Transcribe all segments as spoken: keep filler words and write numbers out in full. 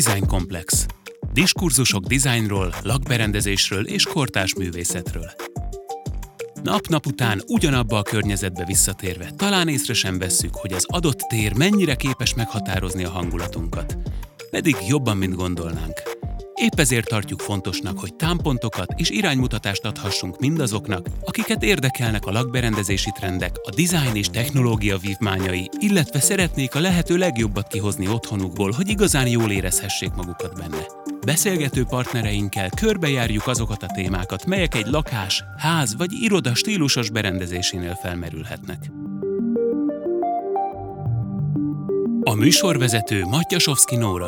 Design Komplex. Diskurzusok dizájnról, lakberendezésről és kortárs művészetről. Nap-nap után ugyanabba a környezetbe visszatérve talán észre sem vesszük, hogy az adott tér mennyire képes meghatározni a hangulatunkat. Pedig jobban, mint gondolnánk. Épp ezért tartjuk fontosnak, hogy támpontokat és iránymutatást adhassunk mindazoknak, akiket érdekelnek a lakberendezési trendek, a dizájn és technológia vívmányai, illetve szeretnék a lehető legjobbat kihozni otthonukból, hogy igazán jól érezhessék magukat benne. Beszélgető partnereinkkel körbejárjuk azokat a témákat, melyek egy lakás, ház vagy iroda stílusos berendezésénél felmerülhetnek. A műsorvezető Mattyasovszky Nóra.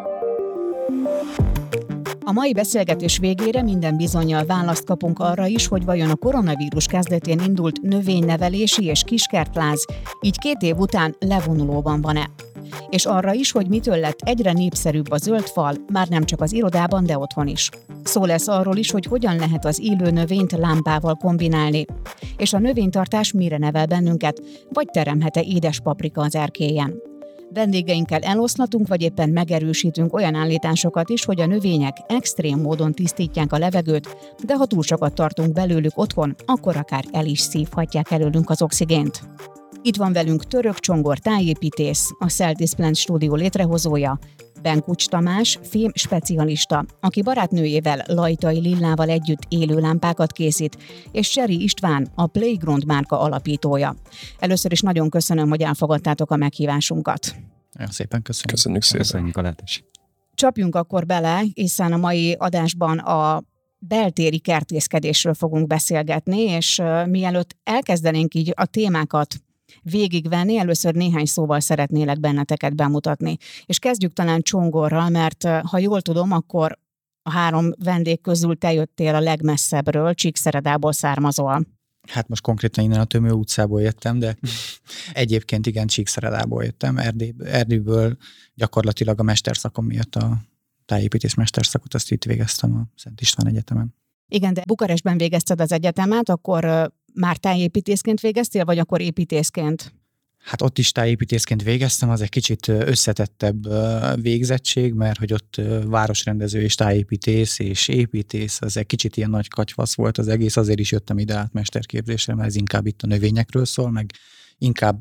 A mai beszélgetés végére minden bizonnyal választ kapunk arra is, hogy vajon a koronavírus kezdetén indult növénynevelési és kiskertláz így két év után levonulóban van-e. És arra is, hogy mitől lett egyre népszerűbb a zöld fal, már nem csak az irodában, de otthon is. Szó lesz arról is, hogy hogyan lehet az élő növényt lámpával kombinálni. És a növénytartás mire nevel bennünket, vagy teremhet-e édes paprika az erkélyen. Vendégeinkkel eloszlatunk, vagy éppen megerősítünk olyan állításokat is, hogy a növények extrém módon tisztítják a levegőt, de ha túl sokat tartunk belőlük otthon, akkor akár el is szívhatják előlünk az oxigént. Itt van velünk Török Csongor tájépítész, a Celtis Plant Studio létrehozója, Benkucs Tamás, fém specialista, aki barátnőjével, Lajtai Lillával együtt élőlámpákat készít, és Cseri István, a Playground márka alapítója. Először is nagyon köszönöm, hogy elfogadtátok a meghívásunkat. Nagyon szépen köszönjük. Köszönjük szépen. Köszönjük a lehetőséget. Csapjunk akkor bele, hiszen a mai adásban a beltéri kertészkedésről fogunk beszélgetni, és uh, mielőtt elkezdenénk így a témákat végigvenni, először néhány szóval szeretnélek benneteket bemutatni. És kezdjük talán Csongorral, mert ha jól tudom, akkor a három vendég közül te jöttél a legmesszebbről, Csíkszeredából származol. Hát most konkrétan innen a Tömő utcából jöttem, de egyébként igen, Csíkszeredából jöttem. Erdély, Erdélyből gyakorlatilag a mesterszakom miatt, a tájépítés mesterszakot, azt itt végeztem a Szent István Egyetemen. Igen, de Bukarestben végezted az egyetemet, akkor már tájépítészként végeztél, vagy akkor építészként? Hát ott is tájépítészként végeztem, az egy kicsit összetettebb végzettség, mert hogy ott városrendező és tájépítész és építész, az egy kicsit ilyen nagy katyvasz volt az egész, azért is jöttem ide át mesterképzésre, mert ez inkább itt a növényekről szól, meg inkább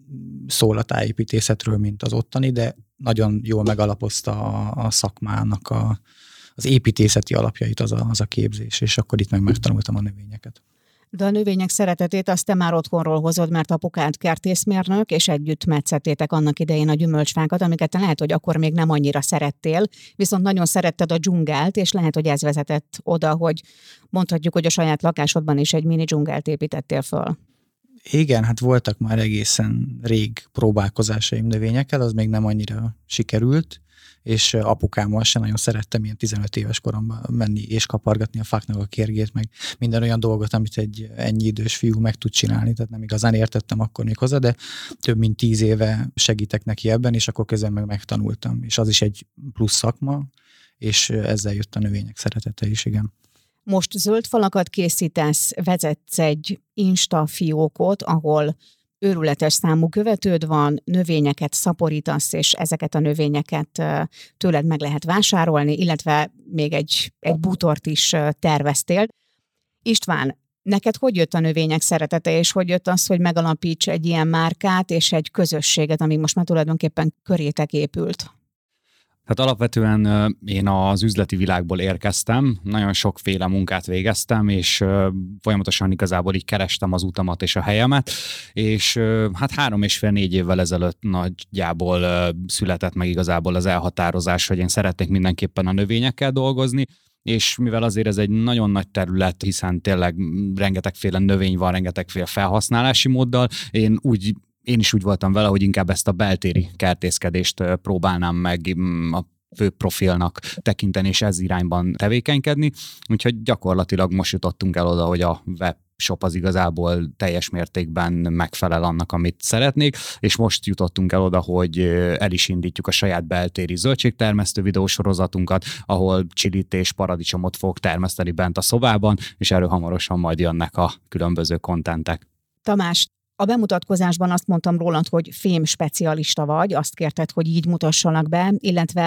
szól a tájépítészetről, mint az ottani, de nagyon jól megalapozta a, a szakmának a, az építészeti alapjait az a, az a képzés, és akkor itt meg megtanultam a növényeket. De a növények szeretetét azt te már otthonról hozod, mert apukád kertészmérnök, és együtt metszettétek annak idején a gyümölcsfákat, amiket te lehet, hogy akkor még nem annyira szerettél, viszont nagyon szeretted a dzsungelt, és lehet, hogy ez vezetett oda, hogy mondhatjuk, hogy a saját lakásodban is egy mini dzsungelt építettél föl. Igen, hát voltak már egészen rég próbálkozásaim növényekkel, az még nem annyira sikerült, és apukámmal sem nagyon szerettem ilyen tizenöt éves koromban menni és kapargatni a fáknak a kérgét, meg minden olyan dolgot, amit egy ennyi idős fiú meg tud csinálni, tehát nem igazán értettem akkor még hozzá, de több mint tíz éve segítek neki ebben, és akkor közben meg megtanultam, és az is egy plusz szakma, és ezzel jött a növények szeretete is, igen. Most zöld falakat készítesz, vezetsz egy Insta fiókot, ahol őrületes számú követőd van, növényeket szaporítasz, és ezeket a növényeket tőled meg lehet vásárolni, illetve még egy, egy bútort is terveztél. István, neked hogy jött a növények szeretete, és hogy jött az, hogy megalapíts egy ilyen márkát és egy közösséget, ami most már tulajdonképpen körétek épült? Hát alapvetően én az üzleti világból érkeztem, nagyon sokféle munkát végeztem, és folyamatosan igazából így kerestem az utamat és a helyemet, és hát három és fél négy évvel ezelőtt nagyjából született meg igazából az elhatározás, hogy én szeretnék mindenképpen a növényekkel dolgozni, és mivel azért ez egy nagyon nagy terület, hiszen tényleg rengetegféle növény van, rengetegféle felhasználási móddal, én úgy Én is úgy voltam vele, hogy inkább ezt a beltéri kertészkedést próbálnám meg a fő profilnak tekinteni, és ez irányban tevékenykedni. Úgyhogy gyakorlatilag most jutottunk el oda, hogy a webshop az igazából teljes mértékben megfelel annak, amit szeretnék, és most jutottunk el oda, hogy el is indítjuk a saját beltéri zöldségtermesztő videósorozatunkat, ahol csilit és paradicsomot fogok termeszteni bent a szobában, és erről hamarosan majd jönnek a különböző kontentek. Tamás, a bemutatkozásban azt mondtam rólad, hogy fém specialista vagy, azt kérted, hogy így mutassanak be, illetve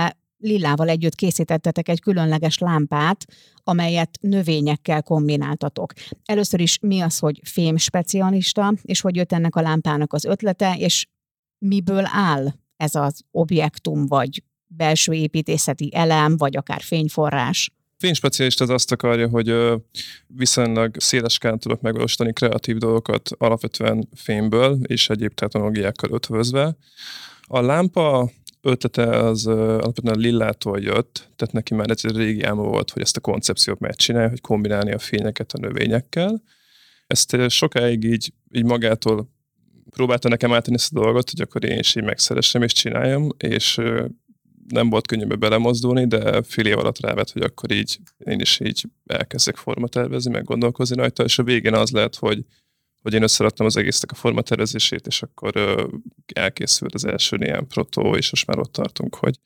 Lillával együtt készítettetek egy különleges lámpát, amelyet növényekkel kombináltatok. Először is mi az, hogy fém specialista, és hogy jött ennek a lámpának az ötlete, és miből áll ez az objektum, vagy belső építészeti elem, vagy akár fényforrás? Fényspecialista az azt akarja, hogy viszonylag széles skálán tudok megvalósítani kreatív dolgokat alapvetően fémből és egyéb technológiákkal ötvözve. A lámpa ötlete az alapvetően a Lillától jött, tehát neki már egy régi álma volt, hogy ezt a koncepciót megcsinálja, hogy kombinálni a fényeket a növényekkel. Ezt sokáig így, így magától próbálta nekem átadni ezt a dolgot, hogy akkor én is így megszeressem és csináljam, és nem volt könnyű belemozdulni, de fél év alatt rávett, hogy akkor így én is így elkezdek formatervezni, meg gondolkozni rajta, és a végén az lett, hogy, hogy én összeraktam az egésznek a formatervezését, és akkor ö, elkészült az első ilyen protó, és most már ott tartunk, hogy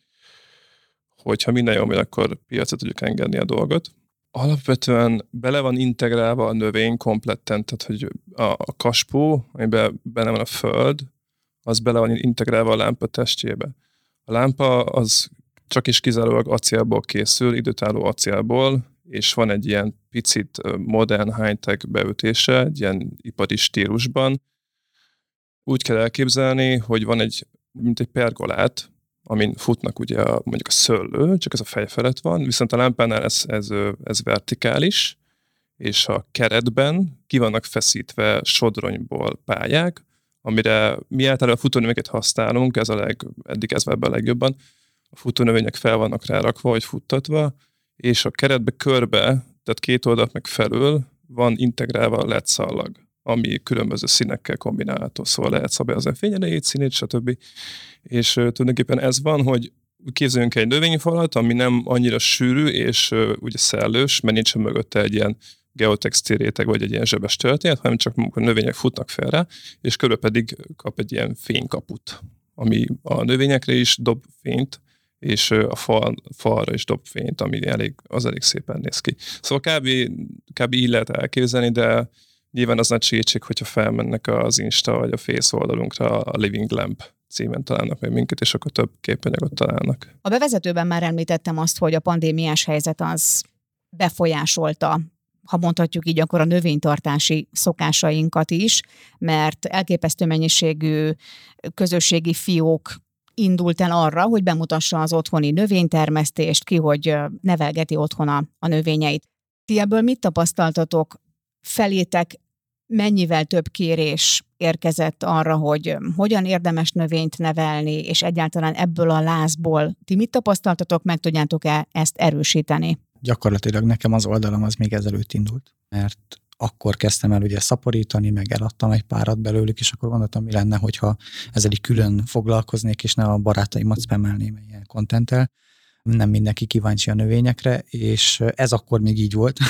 hogyha minden jól megy, akkor piacra tudjuk engedni a dolgot. Alapvetően bele van integrálva a növény kompletten, tehát hogy a, a kaspó, amiben benne van a föld, az bele van integrálva a lámpa testjébe. A lámpa az csak is kizárólag acélból készül, időtálló acélból, és van egy ilyen picit modern high-tech beütése, egy ilyen ipari stílusban. Úgy kell elképzelni, hogy van egy, mint egy pergolát, amin futnak ugye a, mondjuk a szőlő, csak ez a fej felett van, viszont a lámpánál ez, ez, ez vertikális, és a keretben ki vannak feszítve sodronyból pályák, amire mi általában a futónövényeket használunk, ez a leg, eddig ez ebben a legjobban. A futónövények fel vannak rárakva, vagy futtatva, és a keretbe körbe, tehát két oldalt meg felül van integrálva a led szallag, ami különböző színekkel kombinálható, szóval lehet szabályozni a fényerejét, színét, stb. És uh, tulajdonképpen ez van, hogy képzeljünk egy növényfalat, ami nem annyira sűrű és uh, ugye szellős, mert nincsen mögötte egy ilyen geotextil réteg, vagy egy ilyen zsebes történet, hanem csak a növények futnak fel rá, és körül pedig kap egy ilyen fénykaput, ami a növényekre is dob fényt, és a fal, falra is dob fényt, ami elég, az elég szépen néz ki. Szóval kb. kb. Így lehet elképzelni, de nyilván az nagy segítség, hogyha felmennek az Insta vagy a Face oldalunkra, a Living Lamp címen találnak meg minket, és akkor több képanyagot találnak. A bevezetőben már említettem azt, hogy a pandémiás helyzet az befolyásolta, ha mondhatjuk így, akkor a növénytartási szokásainkat is, mert elképesztő mennyiségű közösségi fiók indult el arra, hogy bemutassa az otthoni növénytermesztést, ki, hogy nevelgeti otthon a, a növényeit. Ti ebből mit tapasztaltatok? Felétek mennyivel több kérés érkezett arra, hogy hogyan érdemes növényt nevelni, és egyáltalán ebből a lázból ti mit tapasztaltatok, meg tudjátok-e ezt erősíteni? Gyakorlatilag nekem az oldalam az még ezelőtt indult, mert akkor kezdtem el ugye szaporítani, meg eladtam egy párat belőlük, és akkor gondoltam, mi lenne, hogyha ezzel így külön foglalkoznék, és ne a barátaimat spamelném ilyen contenttel. Nem mindenki kíváncsi a növényekre, és ez akkor még így volt.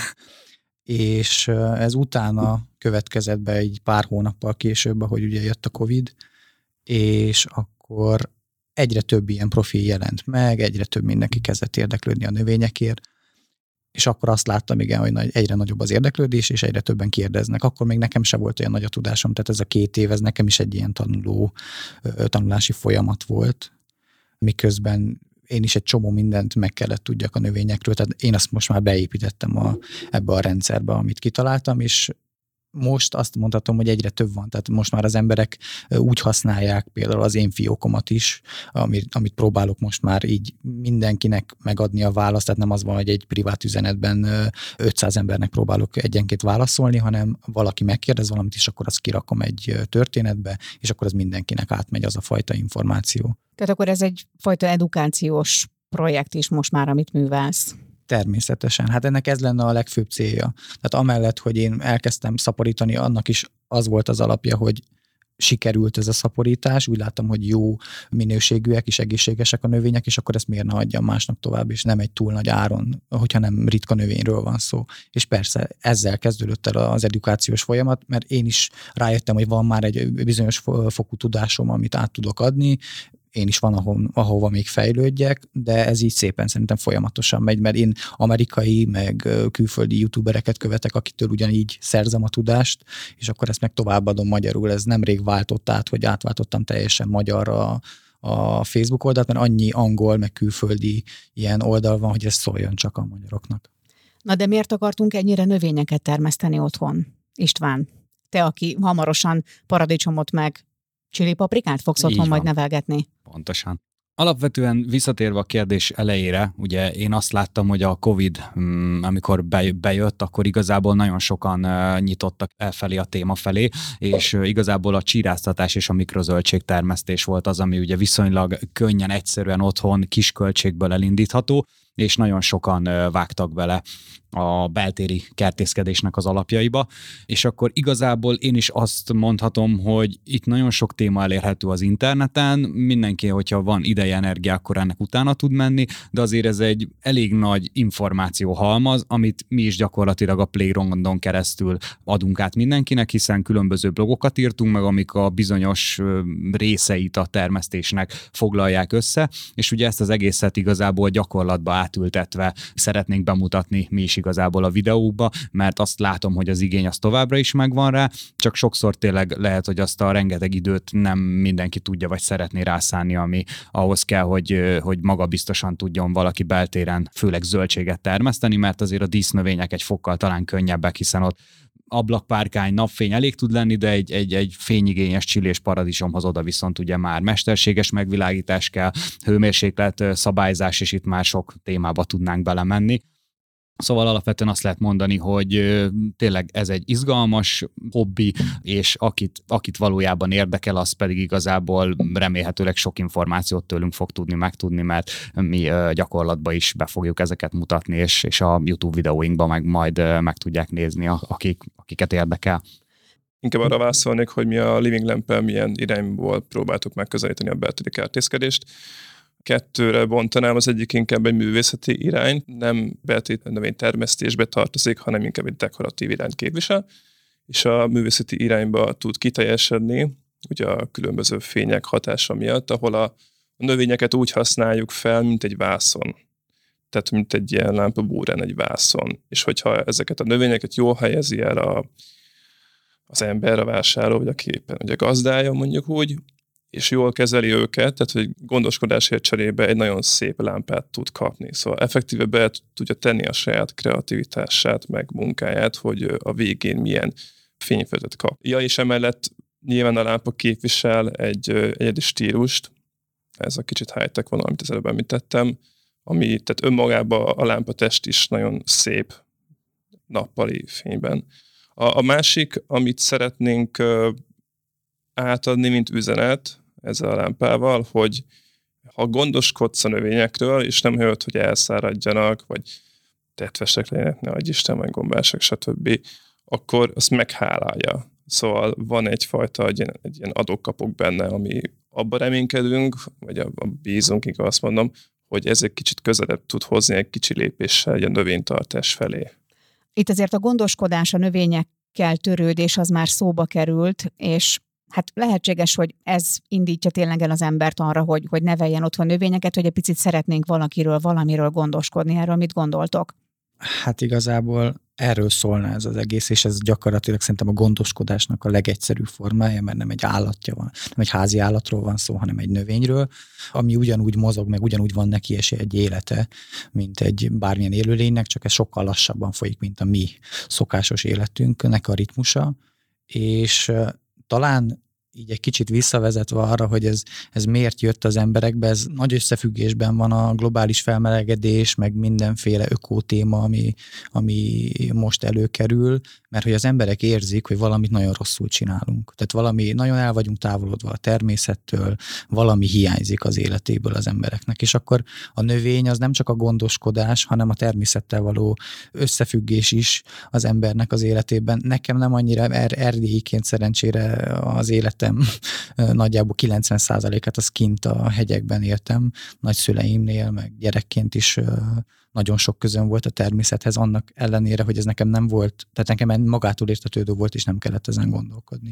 És ez utána következett be egy pár hónappal később, ahogy ugye jött a Covid, és akkor egyre több ilyen profil jelent meg, egyre több mindenki kezdett érdeklődni a növényekért, és akkor azt láttam, igen, hogy egyre nagyobb az érdeklődés, és egyre többen kérdeznek. Akkor még nekem se volt olyan nagy a tudásom, tehát ez a két év, ez nekem is egy ilyen tanuló, tanulási folyamat volt, miközben én is egy csomó mindent meg kellett tudjak a növényekről, tehát én azt most már beépítettem a, ebbe a rendszerbe, amit kitaláltam, és most azt mondhatom, hogy egyre több van, tehát most már az emberek úgy használják például az én fiókomat is, amit, amit próbálok most már így mindenkinek megadni a választ, tehát nem az van, hogy egy privát üzenetben ötszáz embernek próbálok egyenként válaszolni, hanem valaki megkérdez valamit, és akkor azt kirakom egy történetbe, és akkor az mindenkinek átmegy az a fajta információ. Tehát akkor ez egyfajta edukációs projekt is most már, amit művelsz. Természetesen. Hát ennek ez lenne a legfőbb célja. Tehát amellett, hogy én elkezdtem szaporítani, annak is az volt az alapja, hogy sikerült ez a szaporítás, úgy láttam, hogy jó minőségűek és egészségesek a növények, és akkor ezt miért ne adjam másnak tovább, és nem egy túl nagy áron, hogyha nem ritka növényről van szó. És persze ezzel kezdődött el az edukációs folyamat, mert én is rájöttem, hogy van már egy bizonyos fokú tudásom, amit át tudok adni, én is van, ahol, ahova még fejlődjek, de ez így szépen szerintem folyamatosan megy, mert én amerikai, meg külföldi youtubereket követek, akitől ugyanígy szerzem a tudást, és akkor ezt meg továbbadom magyarul. Ez nemrég váltott át, hogy átváltottam teljesen magyarra a Facebook oldalt, mert annyi angol, meg külföldi ilyen oldal van, hogy ez szóljon csak a magyaroknak. Na de miért akartunk ennyire növényeket termeszteni otthon? István, te, aki hamarosan paradicsomot meg csilipaprikát fogsz otthon Így majd van. nevelgetni. Pontosan. Alapvetően visszatérve a kérdés elejére, ugye én azt láttam, hogy a Covid, amikor bejött, akkor igazából nagyon sokan nyitottak elfelé a téma felé, és igazából a csíráztatás és a mikrozöldség termesztés volt az, ami ugye viszonylag könnyen, egyszerűen otthon kis költségből elindítható, és nagyon sokan vágtak bele a beltéri kertészkedésnek az alapjaiba, és akkor igazából én is azt mondhatom, hogy itt nagyon sok téma elérhető az interneten, mindenki, hogyha van ideje, energia, akkor ennek utána tud menni, de azért ez egy elég nagy információhalmaz, amit mi is gyakorlatilag a Playgroundon keresztül adunk át mindenkinek, hiszen különböző blogokat írtunk meg, amik a bizonyos részeit a termesztésnek foglalják össze, és ugye ezt az egészet igazából gyakorlatba átültetve szeretnénk bemutatni mi is igazából a videókba, mert azt látom, hogy az igény az továbbra is megvan rá, csak sokszor tényleg lehet, hogy azt a rengeteg időt nem mindenki tudja, vagy szeretné rászánni, ami ahhoz kell, hogy, hogy magabiztosan tudjon valaki beltéren főleg zöldséget termeszteni, mert azért a dísznövények egy fokkal talán könnyebbek, hiszen ott ablakpárkány, napfény elég tud lenni, de egy, egy, egy fényigényes csillés paradicsomhoz oda viszont ugye már mesterséges megvilágítás kell, hőmérséklet szabályzás, és itt már sok témába tudnánk belemenni. Szóval alapvetően azt lehet mondani, hogy tényleg ez egy izgalmas hobbi, és akit, akit valójában érdekel, az pedig igazából remélhetőleg sok információt tőlünk fog tudni megtudni, mert mi gyakorlatban is be fogjuk ezeket mutatni, és, és a YouTube videóinkban meg majd meg tudják nézni, akik, akiket érdekel. Inkább arra válaszolnék, hogy mi a Living Lamp-el milyen irányból próbáltuk megközelíteni a beltéri kertészkedést. Kettőre bontanám, az egyik inkább egy művészeti irány, nem beltéri növénytermesztésbe tartozik, hanem inkább egy dekoratív irányt képvisel, és a művészeti irányba tud kiteljesedni, ugye a különböző fények hatása miatt, ahol a növényeket úgy használjuk fel, mint egy vászon. Tehát mint egy ilyen lámpabúrán egy vászon. És hogyha ezeket a növényeket jól helyezi el a, az ember, a vásárló, vagy a képen, vagy a gazdája, mondjuk úgy, és jól kezeli őket, tehát hogy gondoskodásért cserébe egy nagyon szép lámpát tud kapni. Szóval effektíve be tudja tenni a saját kreativitását, meg munkáját, hogy a végén milyen fényfelületet kap. Ja, és emellett nyilván a lámpa képvisel egy egyedi stílust, ez a kicsit high-tech vonal, amit az előbb említettem, ami, tehát önmagában a lámpatest is nagyon szép nappali fényben. A, a másik, amit szeretnénk átadni, mint üzenet ezzel a lámpával, hogy ha gondoskodsz a növényekről, és nem hagyod, hogy elszáradjanak, vagy tetvesek legyenek, ne adj Isten, vagy gombások, stb., akkor azt meghálálja. Szóval van egyfajta egy ilyen, egy ilyen adok-kapok benne, ami abba reménykedünk, vagy abba bízunk, inkább azt mondom, hogy ez egy kicsit közelebb tud hozni egy kicsi lépéssel egy a növénytartás felé. Itt azért a gondoskodás, a növényekkel törődés az már szóba került, és hát lehetséges, hogy ez indítja tényleg el az embert arra, hogy, hogy neveljen otthon növényeket, hogy egy picit szeretnénk valakiről, valamiről gondoskodni. Erről mit gondoltok? Hát igazából erről szólna ez az egész, és ez gyakorlatilag szerintem a gondoskodásnak a legegyszerűbb formája, mert nem egy állatja van, nem egy házi állatról van szó, hanem egy növényről, ami ugyanúgy mozog, meg ugyanúgy van neki esély egy élete, mint egy bármilyen élőlénynek, csak ez sokkal lassabban folyik, mint a mi szokásos életünknek a ritmusa, és talán így egy kicsit visszavezetve arra, hogy ez, ez miért jött az emberekbe, ez nagy összefüggésben van a globális felmelegedés, meg mindenféle ökotéma, ami, ami most előkerül, mert hogy az emberek érzik, hogy valamit nagyon rosszul csinálunk. Tehát valami, nagyon el vagyunk távolodva a természettől, valami hiányzik az életéből az embereknek. És akkor a növény az nem csak a gondoskodás, hanem a természettel való összefüggés is az embernek az életében. Nekem nem annyira er- erdélyiként szerencsére az életem nagyjából kilencven százalékát az kint a hegyekben éltem, nagyszüleimnél, meg gyerekként is nagyon sok közön volt a természethez, annak ellenére, hogy ez nekem nem volt, tehát nekem magától értetődő volt, és nem kellett ezen gondolkodni.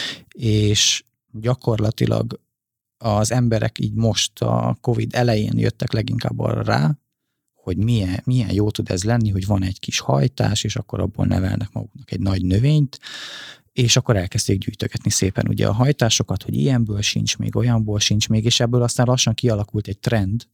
És gyakorlatilag az emberek így most a Covid elején jöttek leginkább arra rá, hogy milyen, milyen jó tud ez lenni, hogy van egy kis hajtás, és akkor abból nevelnek maguknak egy nagy növényt, és akkor elkezdték gyűjtögetni szépen ugye a hajtásokat, hogy ilyenből sincs még, olyanból sincs még, és ebből aztán lassan kialakult egy trend,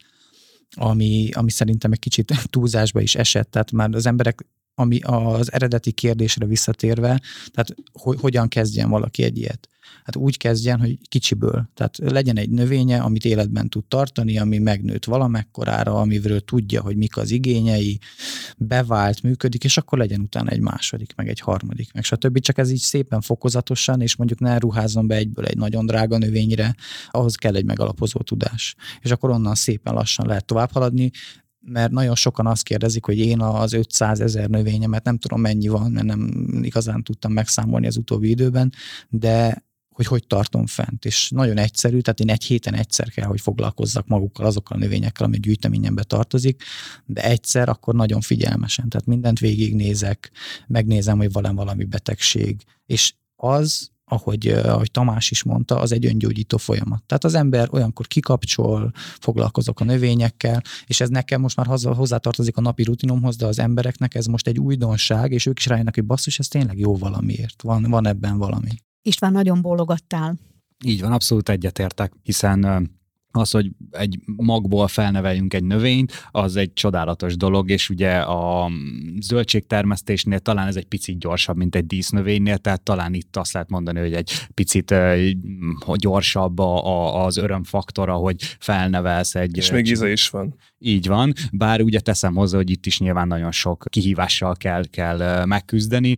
ami, ami szerintem egy kicsit túlzásba is esett, tehát már az emberek, ami az eredeti kérdésre visszatérve, tehát hogy, hogyan kezdjen valaki egy ilyet? Hát úgy kezdjen, hogy kicsiből. Tehát legyen egy növénye, amit életben tud tartani, ami megnőtt valamekkorára, amiről tudja, hogy mik az igényei, bevált, működik, és akkor legyen utána egy második, meg egy harmadik, meg stb. Csak ez így szépen fokozatosan, és mondjuk ne ruházzon be egyből egy nagyon drága növényre, ahhoz kell egy megalapozó tudás. És akkor onnan szépen lassan lehet tovább haladni, mert nagyon sokan azt kérdezik, hogy én az ötszázezer növényemet nem tudom mennyi van, mert nem igazán tudtam megszámolni az utóbbi időben, de hogy hogy tartom fent. És nagyon egyszerű, tehát én egy héten egyszer kell, hogy foglalkozzak magukkal, azokkal a növényekkel, ami gyűjteményembe tartozik, de egyszer akkor nagyon figyelmesen. Tehát mindent végignézek, megnézem, hogy van valami betegség. És az, ahogy, ahogy Tamás is mondta, az egy öngyógyító folyamat. Tehát az ember olyankor kikapcsol, foglalkozok a növényekkel, és ez nekem most már hozzátartozik a napi rutinomhoz, de az embereknek ez most egy újdonság, és ők is rájönnek, hogy basszus, ez tényleg jó valamiért. Van, van ebben valami. István, nagyon bólogattál. Így van, abszolút egyetértek, hiszen az, hogy egy magból felneveljünk egy növényt, az egy csodálatos dolog, és ugye a zöldségtermesztésnél talán ez egy picit gyorsabb, mint egy dísznövénynél, tehát talán itt azt lehet mondani, hogy egy picit gyorsabb az örömfaktora, hogy felnevelsz egy... És még íze is van. Így van, bár ugye teszem hozzá, hogy itt is nyilván nagyon sok kihívással kell, kell megküzdeni,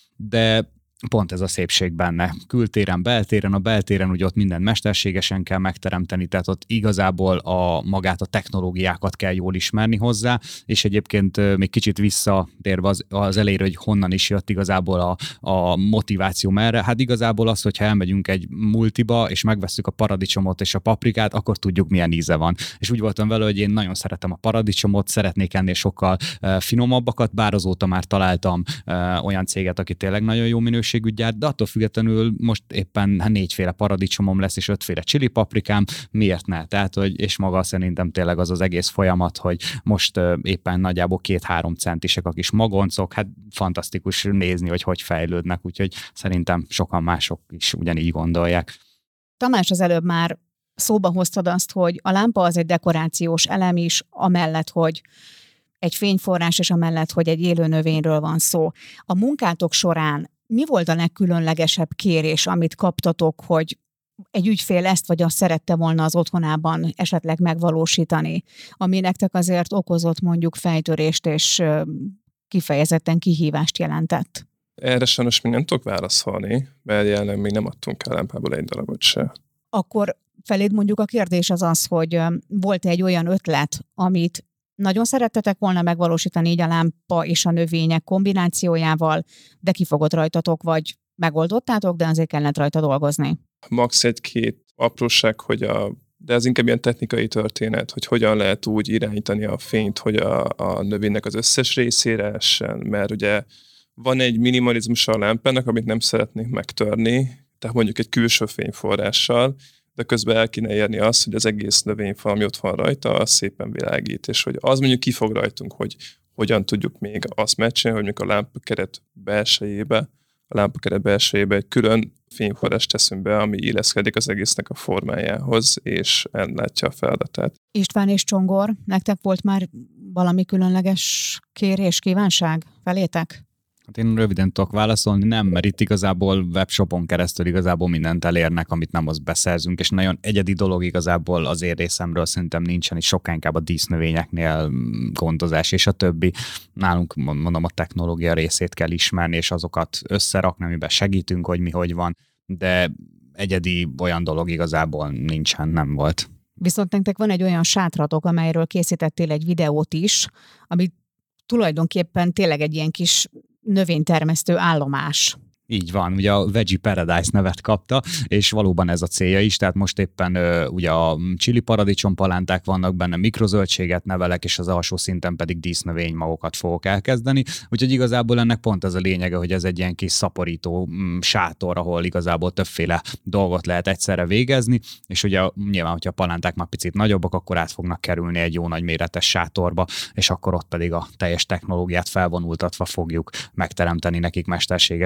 de pont ez a szépség benne. Kültéren, beltéren, a beltéren ugye ott mindent mesterségesen kell megteremteni, tehát ott igazából a magát, a technológiákat kell jól ismerni hozzá, és egyébként még kicsit visszatérve az, az elejére, hogy honnan is jött igazából a, a motiváció merre. Hát igazából az, hogyha elmegyünk egy multiba, és megvesszük a paradicsomot és a paprikát, akkor tudjuk, milyen íze van. És úgy voltam vele, hogy én nagyon szeretem a paradicsomot, szeretnék ennél sokkal uh, finomabbakat, bár azóta már találtam uh, olyan céget, aki tényleg nagyon jó minőségű gyárt, de attól függetlenül most éppen hát négyféle paradicsomom lesz, és ötféle csili paprikám, miért ne? Tehát, hogy, és maga szerintem tényleg az az egész folyamat, hogy most uh, éppen nagyjából két-három centisek a kis magoncok, hát fantasztikus nézni, hogy hogy fejlődnek, úgyhogy szerintem sokan mások is ugyanígy gondolják. Tamás, az előbb már szóba hoztad azt, hogy a lámpa az egy dekorációs elem is, amellett, hogy egy fényforrás, és amellett, hogy egy élő növényről van szó. A munkátok során mi volt a legkülönlegesebb kérés, amit kaptatok, hogy egy ügyfél ezt vagy azt szerette volna az otthonában esetleg megvalósítani, ami nektek azért okozott mondjuk fejtörést és kifejezetten kihívást jelentett? Erre sajnos még nem tudok válaszolni, mert jelenleg még nem adtunk el lámpából egy darabot se. Akkor feléd mondjuk a kérdés az az, hogy volt egy olyan ötlet, amit nagyon szerettetek volna megvalósítani így a lámpa és a növények kombinációjával, de kifogott rajtatok, vagy megoldottátok, de azért kellett rajta dolgozni. Max egy-két apróság, hogy a, de ez inkább ilyen technikai történet, hogy hogyan lehet úgy irányítani a fényt, hogy a, a növénynek az összes részére essen, mert ugye van egy minimalizmus a lámpának, amit nem szeretnénk megtörni, tehát mondjuk egy külső fényforrással, de közben el kéne érni azt, hogy az egész növényfal, ami ott van rajta, az szépen világít, és hogy az mondjuk kifog rajtunk, hogy hogyan tudjuk még azt meccselni, hogy mondjuk a lámpakeret belsejébe, a lámpakeret belsejébe egy külön fényforrást teszünk be, ami illeszkedik az egésznek a formájához, és ellátja a feladatát. István és Csongor, nektek volt már valami különleges kérés, kívánság felétek? Hát én röviden tudok válaszolni, nem, mert itt igazából webshopon keresztül igazából mindent elérnek, amit nem az beszerzünk, és nagyon egyedi dolog igazából az én részemről szerintem nincsen, és sokkal inkább a dísznövényeknél gondozás és a többi. Nálunk mondom a technológia részét kell ismerni, és azokat összerakni, amiben segítünk, hogy mi hogy van, de egyedi olyan dolog igazából nincsen, nem volt. Viszont nektek van egy olyan sátratok, amelyről készítettél egy videót is, ami tulajdonképpen tényleg egy ilyen kis növénytermesztő állomás. Így van, ugye a Veggie Paradise nevet kapta, és valóban ez a célja is, tehát most éppen ö, ugye a chili paradicsom palánták vannak benne, mikrozöldséget nevelek, és az alsó szinten pedig dísznövény magokat fogok elkezdeni, úgyhogy igazából ennek pont ez a lényege, hogy ez egy ilyen kis szaporító mm, sátor, ahol igazából többféle dolgot lehet egyszerre végezni, és ugye nyilván, hogyha a palánták már picit nagyobbak, akkor át fognak kerülni egy jó nagy méretes sátorba, és akkor ott pedig a teljes technológiát felvonultatva fogjuk megteremteni nekik mesterségesen a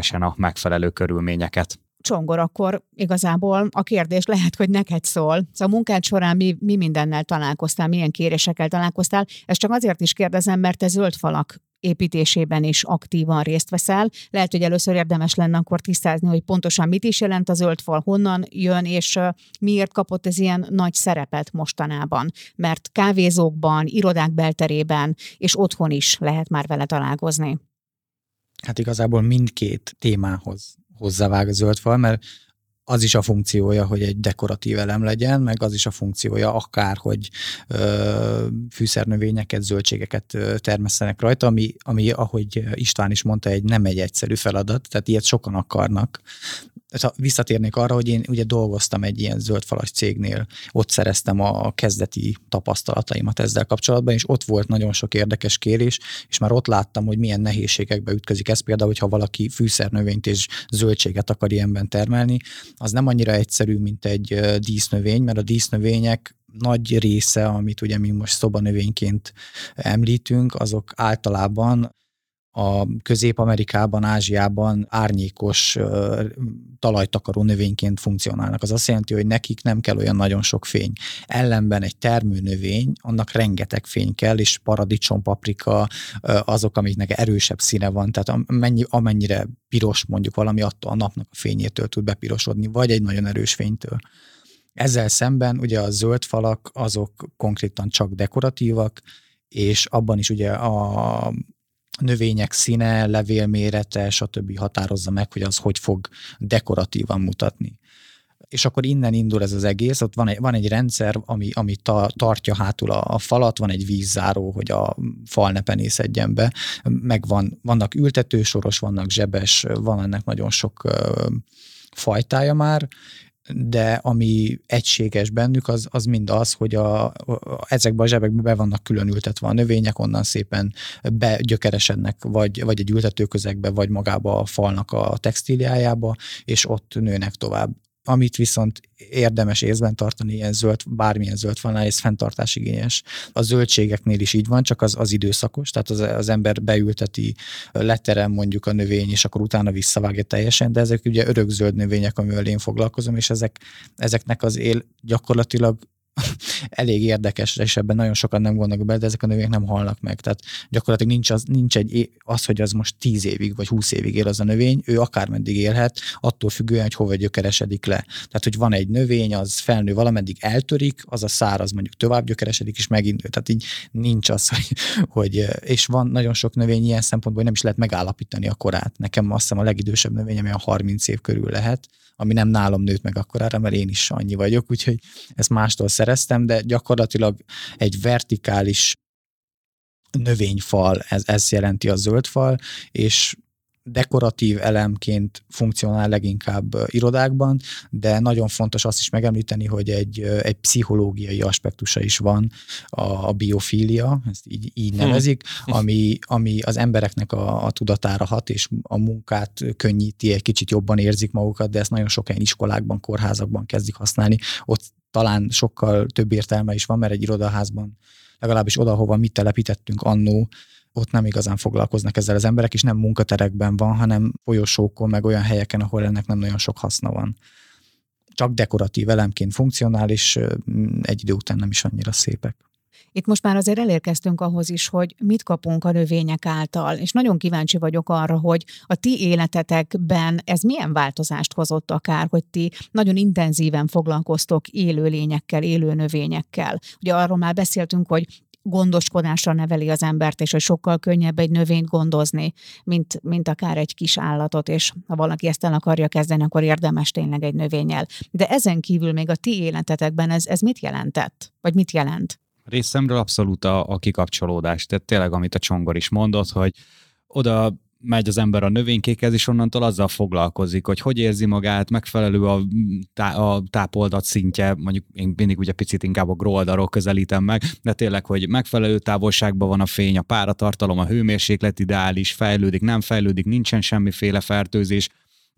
megfelelő körülményeket. Csongor, akkor igazából a kérdés lehet, hogy neked szól. Szóval a munkád során mi, mi mindennel találkoztál, milyen kérésekkel találkoztál. Ezt csak azért is kérdezem, mert te zöld falak építésében is aktívan részt veszel. Lehet, hogy először érdemes lenne akkor tisztázni, hogy pontosan mit is jelent a zöld fal, honnan jön, és miért kapott ez ilyen nagy szerepet mostanában. Mert kávézókban, irodák belterében és otthon is lehet már vele találkozni. Hát igazából mindkét témához hozzávág a zöld fal, mert az is a funkciója, hogy egy dekoratív elem legyen, meg az is a funkciója akár, hogy ö, fűszernövényeket, zöldségeket termesszenek rajta, ami, ami, ahogy István is mondta, egy nem egy egyszerű feladat, tehát ilyet sokan akarnak. Visszatérnék arra, hogy én ugye dolgoztam egy ilyen zöldfalas cégnél, ott szereztem a kezdeti tapasztalataimat ezzel kapcsolatban, és ott volt nagyon sok érdekes kérés, és már ott láttam, hogy milyen nehézségekbe ütközik ez, például, hogyha valaki fűszernövényt és zöldséget akar ilyenben termelni, az nem annyira egyszerű, mint egy dísznövény, mert a dísznövények nagy része, amit ugye mi most szobanövényként említünk, azok általában a Közép-Amerikában, Ázsiában árnyékos uh, talajtakaró növényként funkcionálnak. Az azt jelenti, hogy nekik nem kell olyan nagyon sok fény. Ellenben egy termőnövény, annak rengeteg fény kell, és paradicsom, paprika, uh, azok, amiknek erősebb színe van, tehát amennyi, amennyire piros mondjuk valami, attól a napnak a fényétől tud bepirosodni, vagy egy nagyon erős fénytől. Ezzel szemben ugye a zöld falak, azok konkrétan csak dekoratívak, és abban is ugye a növények színe, levélmérete, stb. Határozza meg, hogy az hogy fog dekoratívan mutatni. És akkor innen indul ez az egész, ott van egy, van egy rendszer, ami, ami ta, tartja hátul a, a falat, van egy vízzáró, hogy a fal ne penészedjen be, meg van, vannak ültetősoros, vannak zsebes, van ennek nagyon sok ö, fajtája már, de ami egységes bennük, az, az mind az, hogy a, a, ezekben a zsebekben be vannak külön ültetve a növények, onnan szépen begyökeresednek, vagy, vagy egy ültetőközegbe, vagy magába a falnak a textíliájába, és ott nőnek tovább. Amit viszont érdemes észben tartani, ilyen zöld, bármilyen zöld falnál, ez fenntartásigényes. A zöldségeknél is így van, csak az, az időszakos, tehát az, az ember beülteti, leterem mondjuk a növény, és akkor utána visszavágja teljesen, de ezek ugye örökzöld növények, amivel én foglalkozom, és ezek, ezeknek az él gyakorlatilag elég érdekes, és ebben nagyon sokan nem gondolnak bele, de ezek a növények nem halnak meg. Tehát gyakorlatilag nincs az, nincs egy, az, hogy az most tíz évig vagy húsz évig él az a növény, ő akármeddig élhet, attól függően, hogy hova gyökeresedik le. Tehát, hogy van egy növény, az felnő valameddig eltörik, az a száraz mondjuk tovább gyökeresedik, és megint nő. Tehát így nincs az, hogy, hogy és van nagyon sok növény ilyen szempontból, hogy nem is lehet megállapítani a korát. Nekem azt hiszem a legidősebb növény, ami a harminc év körül lehet, ami nem nálam nőtt meg akkorára, mert én is annyi vagyok, úgyhogy ezt mástól szereztem, de gyakorlatilag egy vertikális növényfal, ez, ez jelenti a zöld fal, és dekoratív elemként funkcionál leginkább irodákban, de nagyon fontos azt is megemlíteni, hogy egy, egy pszichológiai aspektusa is van, a, a biofília, ezt így, így nevezik, ami, ami az embereknek a, a tudatára hat, és a munkát könnyíti, egy kicsit jobban érzik magukat, de ezt nagyon sok helyen iskolákban, kórházakban kezdik használni. Ott talán sokkal több értelme is van, mert egy irodaházban, legalábbis oda, hova mit telepítettünk annó, ott nem igazán foglalkoznak ezzel az emberek, és nem munkaterekben van, hanem folyosókon, meg olyan helyeken, ahol ennek nem nagyon sok haszna van. Csak dekoratív elemként funkcionál, és egy idő után nem is annyira szépek. Itt most már azért elérkeztünk ahhoz is, hogy mit kapunk a növények által, és nagyon kíváncsi vagyok arra, hogy a ti életetekben ez milyen változást hozott akár, hogy ti nagyon intenzíven foglalkoztok élőlényekkel, élő növényekkel. Ugye arról már beszéltünk, hogy gondoskodásra neveli az embert, és hogy sokkal könnyebb egy növényt gondozni, mint, mint akár egy kis állatot, és ha valaki ezt el akarja kezdeni, akkor érdemes tényleg egy növényel. De ezen kívül még a ti életetekben ez, ez mit jelentett? Vagy mit jelent? Részemről abszolút a, a kikapcsolódás. Tehát tényleg, amit a Csongor is mondott, hogy oda megy az ember a növénykékhez, és onnantól azzal foglalkozik, hogy hogy érzi magát, megfelelő a, tá- a tápoldat szintje, mondjuk én mindig ugye picit inkább a gró oldalról közelítem meg, de tényleg, hogy megfelelő távolságban van a fény, a páratartalom, a hőmérséklet ideális, fejlődik, nem fejlődik, nincsen semmiféle fertőzés,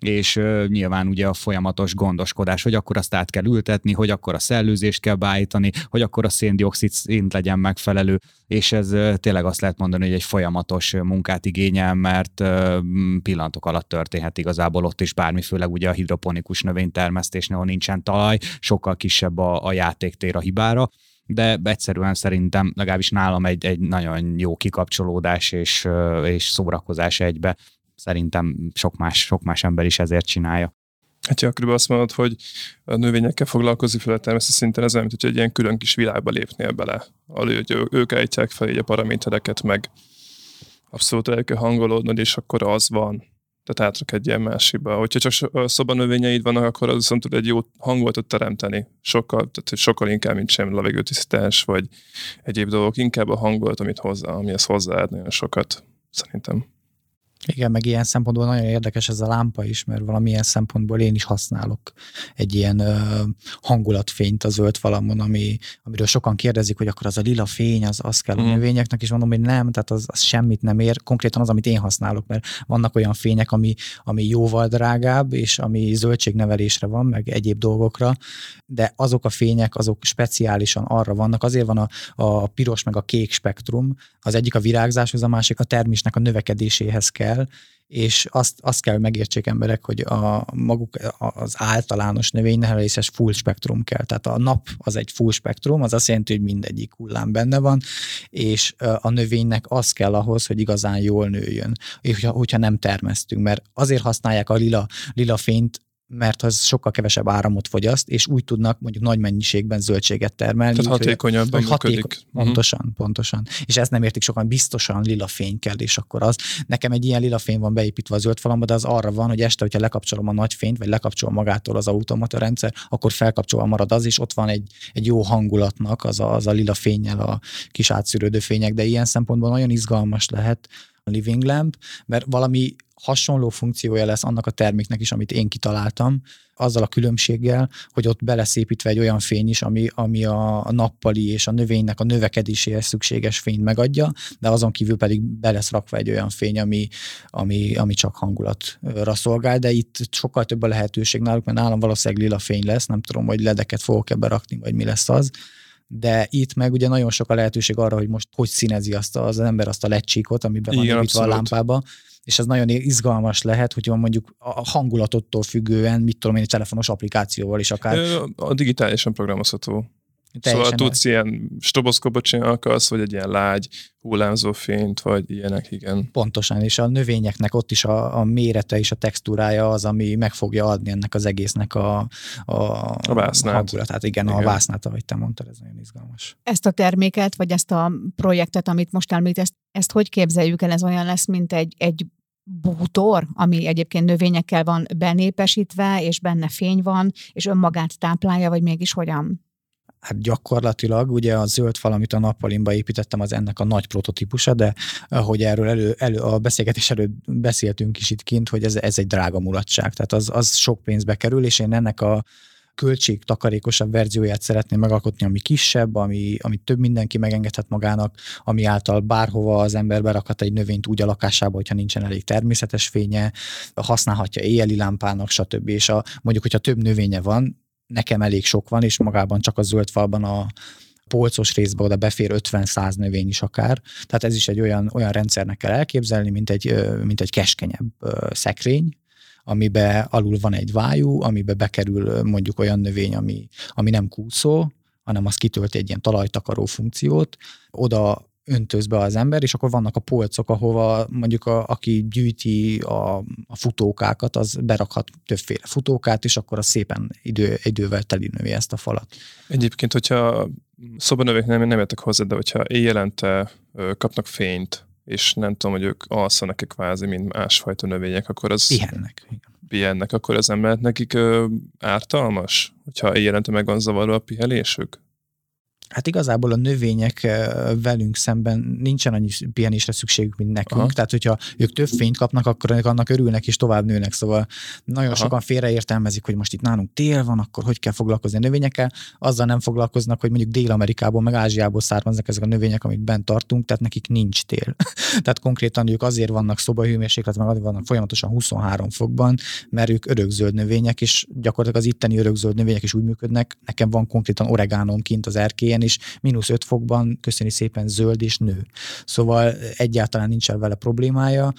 és uh, nyilván ugye a folyamatos gondoskodás, hogy akkor azt át kell ültetni, hogy akkor a szellőzést kell beállítani, hogy akkor a széndioxid szint legyen megfelelő, és ez uh, tényleg azt lehet mondani, hogy egy folyamatos munkát igényel, mert uh, pillanatok alatt történhet igazából ott is bármi, főleg ugye a hidroponikus növénytermesztésnél, ahol nincsen talaj, sokkal kisebb a, a játéktér a hibára, de egyszerűen szerintem legalábbis nálam egy, egy nagyon jó kikapcsolódás és, és szórakozás egybe. Szerintem sok más, sok más ember is ezért csinálja. Hát ja, körülbelül azt mondod, hogy a növényekkel foglalkozni fel a természeti szinten, ez olyan, mint hogy egy ilyen külön kis világba lépnél bele. Alul, hogy ők állítják fel így a paramétereket, meg abszolút el kell hangolódnod, és akkor az van. Tehát átrak egy ilyen másikba. Hogyha csak szobanövényeid vannak, akkor az viszont tud egy jó hangulatot teremteni. Sokkal, tehát sokkal inkább, mint sem levegőtisztítás, vagy egyéb dolgok. Inkább a hangulat, amit hozzá, amihez hozzáad nagyon sokat, szerintem. Igen, meg ilyen szempontból nagyon érdekes ez a lámpa is, mert valamilyen szempontból én is használok egy ilyen ö, hangulatfényt a zöld falamon, ami, amiről sokan kérdezik, hogy akkor az a lila fény, az, az kell a növényeknek, és mondom, hogy nem, tehát az, az semmit nem ér, konkrétan az, amit én használok, mert vannak olyan fények, ami, ami jóval drágább, és ami zöldségnevelésre van, meg egyéb dolgokra, de azok a fények, azok speciálisan arra vannak, azért van a, a piros meg a kék spektrum, az egyik a virágzáshoz, a másik a termésnek a növekedéséhez kell, és azt, azt kell megértsék emberek, hogy a maguk az általános növényneveléses full spektrum kell. Tehát a nap az egy full spektrum, az azt jelenti, hogy mindegyik hullám benne van, és a növénynek az kell ahhoz, hogy igazán jól nőjön, és hogyha, hogyha nem termesztünk, mert azért használják a lila, lila fényt, mert az sokkal kevesebb áramot fogyaszt, és úgy tudnak mondjuk nagy mennyiségben zöldséget termelni. Tehát hatékonyabban működik. Haték, pontosan, uh-huh. pontosan. És ezt nem értik sokan, biztosan lila fény kell, és akkor az. Nekem egy ilyen lila fény van beépítve a zöld falamba, de az arra van, hogy este, hogyha lekapcsolom a nagy fényt, vagy lekapcsolom magától az automata rendszer, akkor felkapcsolva marad az, és ott van egy, egy jó hangulatnak az a, az a lila fénnyel a kis átszűrődő fények, de ilyen szempontból nagyon izgalmas lehet a Living Lamp, mert valami hasonló funkciója lesz annak a terméknek is, amit én kitaláltam, azzal a különbséggel, hogy ott beleszépítve egy olyan fény is, ami, ami a nappali és a növénynek a növekedéséhez szükséges fényt megadja, de azon kívül pedig be lesz rakva egy olyan fény, ami, ami, ami csak hangulatra szolgál, de itt sokkal több a lehetőség náluk, mert nálam valószínűleg lila fény lesz, nem tudom, hogy ledeket fogok ebbe rakni, vagy mi lesz az, de itt meg ugye nagyon sok a lehetőség arra, hogy most hogy színezi azt az ember azt a lecsíkot, amiben van építve a lámpába, és ez nagyon izgalmas lehet, hogy van mondjuk a hangulatottól függően, mit tudom én, egy telefonos applikációval is akár. A digitálisan programozható. Teljesen szóval tudsz ilyen stroboszkópot csinálni akarsz, vagy egy ilyen lágy hullámzó fényt, vagy ilyenek, igen. Pontosan, és a növényeknek ott is a, a mérete és a textúrája az, ami meg fogja adni ennek az egésznek a, a, a vásznát. hangulatát. Igen, igen, a vásznát, ahogy te mondtad, ez nagyon izgalmas. Ezt a terméket, vagy ezt a projektet, amit most említesz, ezt hogy képzeljük el? Ez olyan lesz, mint egy, egy bútor, ami egyébként növényekkel van benépesítve, és benne fény van, és önmagát táplálja, vagy mégis hogyan? Hát gyakorlatilag ugye a zöld fal, amit a nappalimba építettem, az ennek a nagy prototípusa, de ahogy erről elő, elő, a beszélgetés előtt beszéltünk is itt kint, hogy ez, ez egy drága mulatság, tehát az, az sok pénzbe kerül, és én ennek a költségtakarékosabb verzióját szeretném megalkotni, ami kisebb, ami, ami több mindenki megengedhet magának, ami által bárhova az ember berakhat egy növényt úgy a lakásába, hogyha nincsen elég természetes fénye, használhatja éjjeli lámpának, stb. És a, mondjuk, hogyha több növénye van, nekem elég sok van, és magában csak a zöld falban a polcos részbe oda befér ötven-száz növény is akár. Tehát ez is egy olyan, olyan rendszernek kell elképzelni, mint egy, mint egy keskenyebb szekrény, amiben alul van egy vájú, amiben bekerül mondjuk olyan növény, ami, ami nem kúszó, hanem az kitölti egy ilyen talajtakaró funkciót, oda öntöz be az ember, és akkor vannak a polcok, ahova mondjuk a, aki gyűjti a, a futókákat, az berakhat többféle futókát, és akkor az szépen idő, idővel telinövi ezt a falat. Egyébként, hogyha szobanövők nem, nem értek hozzá, de hogyha éjjelente kapnak fényt, és nem tudom, hogy ők alszanak-e kvázi, mint másfajta növények, akkor az... Pihennek. Pihennek, akkor ez nem lehet nekik ö, ártalmas? Hogyha éjjelente meg van zavarva a pihenésük? Hát igazából a növények velünk szemben nincsen annyi pihenésre szükségük, mint nekünk. Aha. Tehát, hogyha ők több fényt kapnak, akkor annak örülnek és tovább nőnek. Szóval nagyon Aha. sokan félreértelmezik, hogy most itt nálunk tél van, akkor hogy kell foglalkozni a növényekkel. Azzal nem foglalkoznak, hogy mondjuk Dél-Amerikából, meg Ázsiából származnak ezek a növények, amit bent tartunk, tehát nekik nincs tél. Tehát konkrétan ők azért vannak szobahőmérsékletben, meg vannak folyamatosan huszonhárom fokban, mert ők örökzöld növények, és gyakorlatilag az itteni örökzöld növények is úgy működnek. Nekem van konkrétan oregánóm kint az erkélyen, és mínusz öt fokban köszöni szépen zöld és nő. Szóval egyáltalán nincsen vele problémája,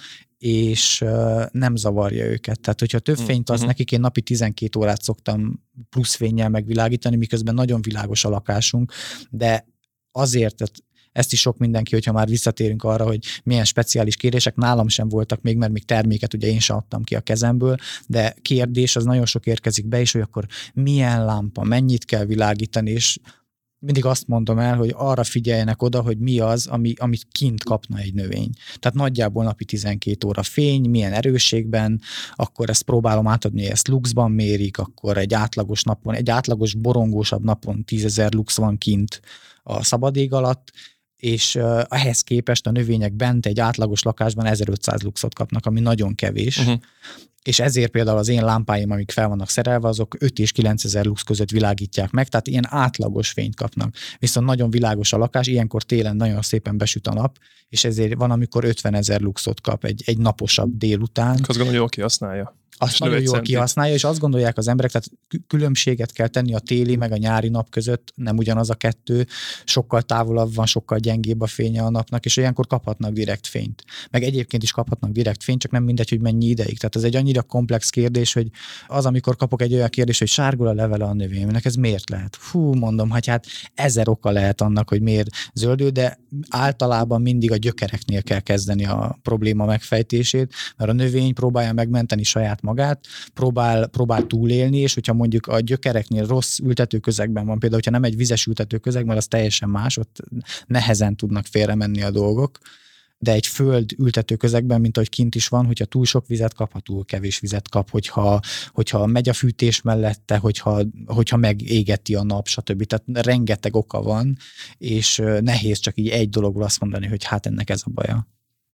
és nem zavarja őket. Tehát, hogyha több fényt az, uh-huh. nekik én napi tizenkét órát szoktam plusz fénnyel megvilágítani, miközben nagyon világos a lakásunk, de azért, tehát ezt is sok mindenki, hogyha már visszatérünk arra, hogy milyen speciális kérések, nálam sem voltak még, mert még terméket ugye én sem adtam ki a kezemből, de kérdés az nagyon sok érkezik be, és hogy akkor milyen lámpa, mennyit kell világítani, és mindig azt mondom el, hogy arra figyeljenek oda, hogy mi az, ami, amit kint kapna egy növény. Tehát nagyjából napi tizenkét óra fény, milyen erősségben, akkor ezt próbálom átadni, hogy ezt luxban mérik, akkor egy átlagos napon, egy átlagos borongósabb napon tízezer lux van kint a szabad ég alatt, és uh, ehhez képest a növények bent egy átlagos lakásban ezerötszáz luxot kapnak, ami nagyon kevés. Uh-huh. És ezért például az én lámpáim, amik fel vannak szerelve, azok öt és kilencezer lux között világítják meg, tehát ilyen átlagos fényt kapnak. Viszont nagyon világos a lakás, ilyenkor télen nagyon szépen besüt a nap, és ezért van, amikor ötvenezer luxot kap egy, egy naposabb délután. Azt gondolom, jól kihasználja. Azt nagyon jól kihasználja, és azt gondolják az emberek, tehát különbséget kell tenni a téli meg a nyári nap között, nem ugyanaz a kettő, sokkal távolabb van, sokkal gyengébb a fénye a napnak, és olyankor kaphatnak direkt fényt. Meg egyébként is kaphatnak direkt fényt, csak nem mindegy, hogy mennyi ideig. Tehát ez egy annyira komplex kérdés, hogy az, amikor kapok egy olyan kérdést, hogy sárgul a levele a növényemnek, ez miért lehet? Hú, mondom, hogy hát ezer oka lehet annak, hogy miért zöldül, de általában mindig a gyökereknél kell kezdeni a probléma megfejtését, mert a növény próbálja megmenteni saját magát, próbál, próbál túlélni, és hogyha mondjuk a gyökereknél rossz ültetőközegben van, például, hogyha nem egy vizes ültetőközeg, mert az teljesen más, ott nehezen tudnak félre menni a dolgok, de egy föld ültetőközegben, mint ahogy kint is van, hogyha túl sok vizet kap, ha túl kevés vizet kap, hogyha, hogyha megy a fűtés mellette, hogyha, hogyha megégeti a nap, stb. Tehát rengeteg oka van, és nehéz csak így egy dologról azt mondani, hogy hát ennek ez a baja.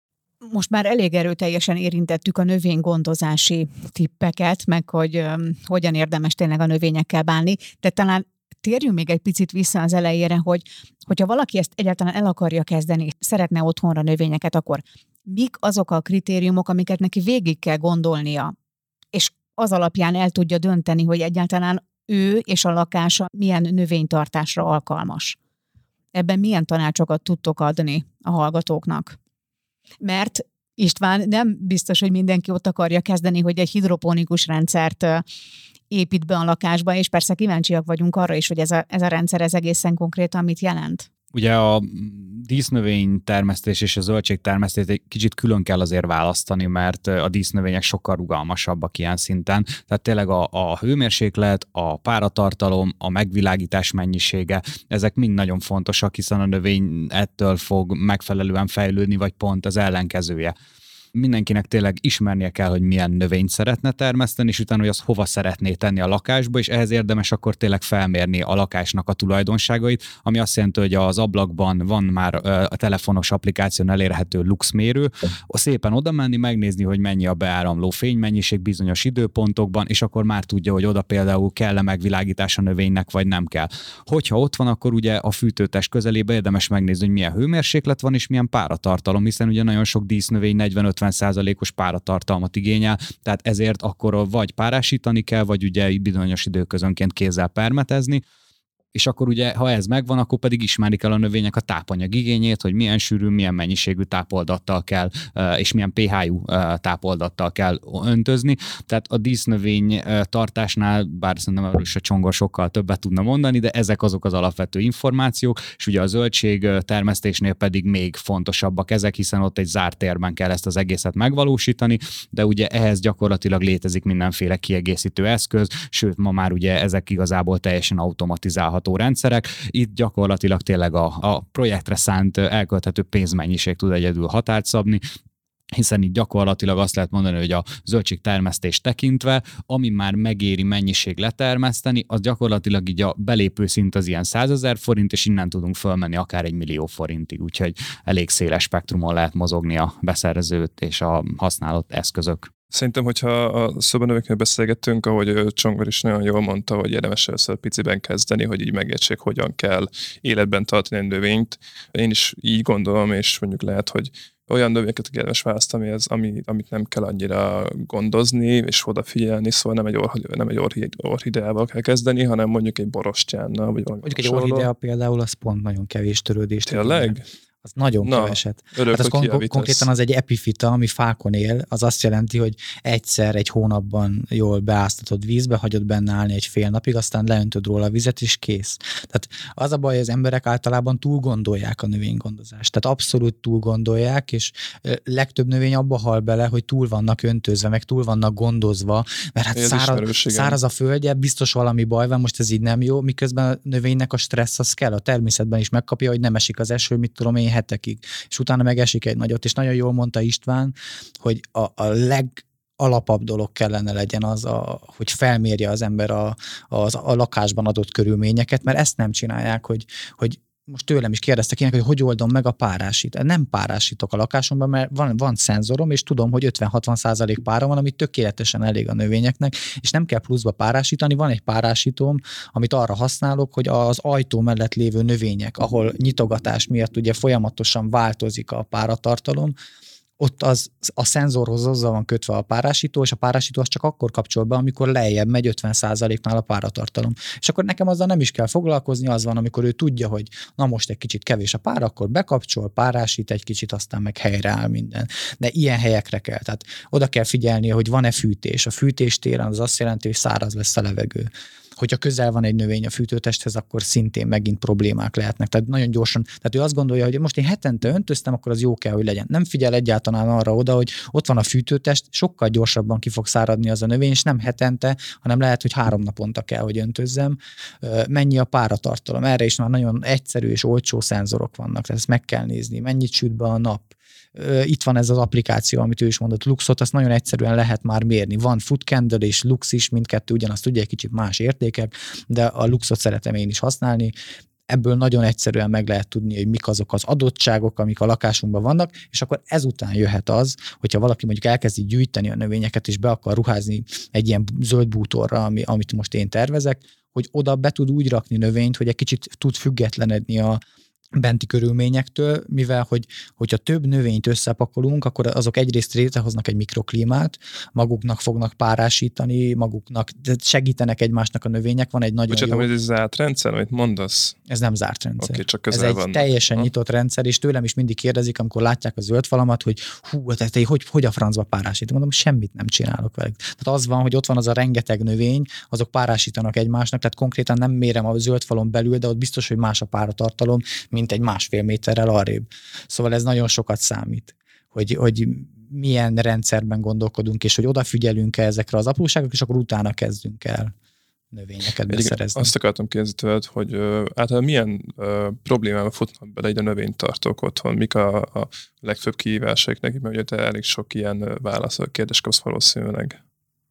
Most már elég erőteljesen érintettük a növénygondozási tippeket, meg hogy um, hogyan érdemes tényleg a növényekkel bánni, de talán térjünk még egy picit vissza az elejére, hogy hogyha valaki ezt egyáltalán el akarja kezdeni, szeretne otthonra növényeket, akkor mik azok a kritériumok, amiket neki végig kell gondolnia, és az alapján el tudja dönteni, hogy egyáltalán ő és a lakása milyen növénytartásra alkalmas. Ebben milyen tanácsokat tudtok adni a hallgatóknak? Mert István, nem biztos, hogy mindenki ott akarja kezdeni, hogy egy hidroponikus rendszert épít be a lakásba, és persze kíváncsiak vagyunk arra is, hogy ez a, ez a rendszer ez egészen konkrétan mit jelent. Ugye a dísznövény termesztés és a zöldség termesztés egy kicsit külön kell azért választani, mert a dísznövények sokkal rugalmasabbak ilyen szinten. Tehát tényleg a, a hőmérséklet, a páratartalom, a megvilágítás mennyisége, ezek mind nagyon fontosak, hiszen a növény ettől fog megfelelően fejlődni, vagy pont az ellenkezője. Mindenkinek tényleg ismernie kell, hogy milyen növényt szeretne termeszteni, és utána, hogy azt hova szeretné tenni a lakásba, és ehhez érdemes akkor tényleg felmérni a lakásnak a tulajdonságait, ami azt jelenti, hogy az ablakban van már a telefonos applikáción elérhető luxmérő, szépen oda menni, megnézni, hogy mennyi a beáramló fénymennyiség bizonyos időpontokban, és akkor már tudja, hogy oda például kell-e megvilágítás a növénynek, vagy nem kell. Hogyha ott van, akkor ugye a fűtőtest közelébe érdemes megnézni, hogy milyen hőmérséklet van, és milyen páratartalom, hiszen ugye nagyon sok dísznövény negyven-ötven százalékos páratartalmat igényel, tehát ezért akkor vagy párásítani kell, vagy ugye bizonyos időközönként kézzel permetezni, és akkor ugye, ha ez megvan, akkor pedig ismerni kell a növények a tápanyag igényét, hogy milyen sűrű, milyen mennyiségű tápoldattal kell, és milyen pé há-jú tápoldattal kell öntözni. Tehát a dísznövény tartásnál, bár szerintem erről is a Csongor sokkal többet tudna mondani, de ezek azok az alapvető információk, és ugye a zöldség termesztésnél pedig még fontosabbak ezek, hiszen ott egy zárt térben kell ezt az egészet megvalósítani, de ugye ehhez gyakorlatilag létezik mindenféle kiegészítő eszköz, sőt, ma már ugye ezek igazából teljesen automatizálhatók rendszerek. Itt gyakorlatilag tényleg a, a projektre szánt elkölthető pénzmennyiség tud egyedül határt szabni, hiszen itt gyakorlatilag azt lehet mondani, hogy a zöldségtermesztés tekintve, ami már megéri mennyiség letermeszteni, az gyakorlatilag így a belépő szint az ilyen százezer forint, és innen tudunk fölmenni akár egy millió forintig, úgyhogy elég széles spektrumon lehet mozogni a beszerzőt és a használott eszközök. Szerintem, hogyha a szobanöveknél beszélgettünk, ahogy Csongor is nagyon jól mondta, hogy érdemes először piciben kezdeni, hogy így megértsék, hogyan kell életben tartani egy növényt. Én is így gondolom, és mondjuk lehet, hogy olyan növényeket érdemes választani, az, ami, amit nem kell annyira gondozni, és odafigyelni, szóval nem egy, orh- nem egy orh- orhideával kell kezdeni, hanem mondjuk egy borostyánnal, vagy valami. Mondjuk egy orhidea például, az pont nagyon kevés törődést. Tényleg? Az nagyon Na, keveset. Örök, hát az kon- konkrétan az egy epifita, ami fákon él, az azt jelenti, hogy egyszer egy hónapban jól beáztatod vízbe, hagyod benne állni egy fél napig, aztán leöntöd róla a vizet, és kész. Tehát az a baj, hogy az emberek általában túl gondolják a növénygondozást. Tehát abszolút túl gondolják, és legtöbb növény abba hal bele, hogy túl vannak öntözve, meg túl vannak gondozva, mert hát száraz, száraz a földje, biztos valami baj van, most ez így nem jó, miközben a növénynek a stressz az kell, a természetben is megkapja, hogy nem esik az eső, mit tudom én, hetekig, és utána megesik egy nagyot, és nagyon jól mondta István, hogy a, a legalapabb dolog kellene legyen az, a, hogy felmérje az ember a, az, a lakásban adott körülményeket, mert ezt nem csinálják, hogy, hogy most tőlem is kérdeztek ilyenek, hogy hogy oldom meg a párásít. Nem párásítok a lakásomban, mert van, van szenzorom, és tudom, hogy ötven-hatvan százalék pára van, ami tökéletesen elég a növényeknek, és nem kell pluszba párásítani. Van egy párásítóm, amit arra használok, hogy az ajtó mellett lévő növények, ahol nyitogatás miatt ugye folyamatosan változik a páratartalom, ott az, a szenzorhoz hozzá van kötve a párásító, és a párásító az csak akkor kapcsol be, amikor lejjebb megy ötven százaléknál a páratartalom. És akkor nekem azzal nem is kell foglalkozni, az van, amikor ő tudja, hogy na most egy kicsit kevés a pára, akkor bekapcsol, párásít egy kicsit, aztán meg helyreáll minden. De ilyen helyekre kell. Tehát oda kell figyelni, hogy van-e fűtés. A fűtés téren az azt jelenti, hogy száraz lesz a levegő. Hogyha közel van egy növény a fűtőtesthez, akkor szintén megint problémák lehetnek. Tehát nagyon gyorsan, tehát ő azt gondolja, hogy most én hetente öntöztem, akkor az jó kell, hogy legyen. Nem figyel egyáltalán arra oda, hogy ott van a fűtőtest, sokkal gyorsabban ki fog száradni az a növény, és nem hetente, hanem lehet, hogy három naponta kell, hogy öntözzem. Mennyi a páratartalom? Erre is már nagyon egyszerű és olcsó szenzorok vannak, tehát ezt meg kell nézni. Mennyit süt be a nap? Itt van ez az applikáció, amit ő is mondott, Luxot, azt nagyon egyszerűen lehet már mérni. Van Foodcandle és Lux is, mindkettő ugyanazt tudja, egy kicsit más értékek, de a Luxot szeretem én is használni. Ebből nagyon egyszerűen meg lehet tudni, hogy mik azok az adottságok, amik a lakásunkban vannak, és akkor ezután jöhet az, hogyha valaki mondjuk elkezdi gyűjteni a növényeket, és be akar ruházni egy ilyen zöld bútorra, ami, amit most én tervezek, hogy oda be tud úgy rakni növényt, hogy egy kicsit tud függetlenedni a benti körülményektől, mivel hogy, hogyha több növényt összepakolunk, akkor azok egyrészt létrehoznak egy mikroklímát, maguknak fognak párásítani, maguknak segítenek egymásnak a növények, van egy nagyon Bocsánat, jó... hogy ez zárt rendszer, amit mondasz? Ez nem zárt rendszer. Okay, csak közel ez egy vannak. teljesen ha? nyitott rendszer, és tőlem is mindig kérdezik, amikor látják a zöld falamat, hogy hú, te, te hogy, hogy a francba párásítom? Mondom, semmit nem csinálok velük. Tehát az van, hogy ott van az a rengeteg növény, azok párásítanak egymásnak, tehát konkrétan nem mérem a zöld falon belül, de ott biztos, hogy más a páratartalom, mint egy másfél méterrel arrébb. Szóval ez nagyon sokat számít, hogy, hogy milyen rendszerben gondolkodunk, és hogy odafigyelünk-e ezekre az apróságok, és akkor utána kezdünk el növényeket beszerezni. Azt akartam kérdezni tőled, hogy uh, általában milyen uh, problémával futnak bele egy a növénytartók otthon, mik a, a legfőbb kihívásaik nekik, mert ugye te elég sok ilyen válasz, kérdés kapsz valószínűleg.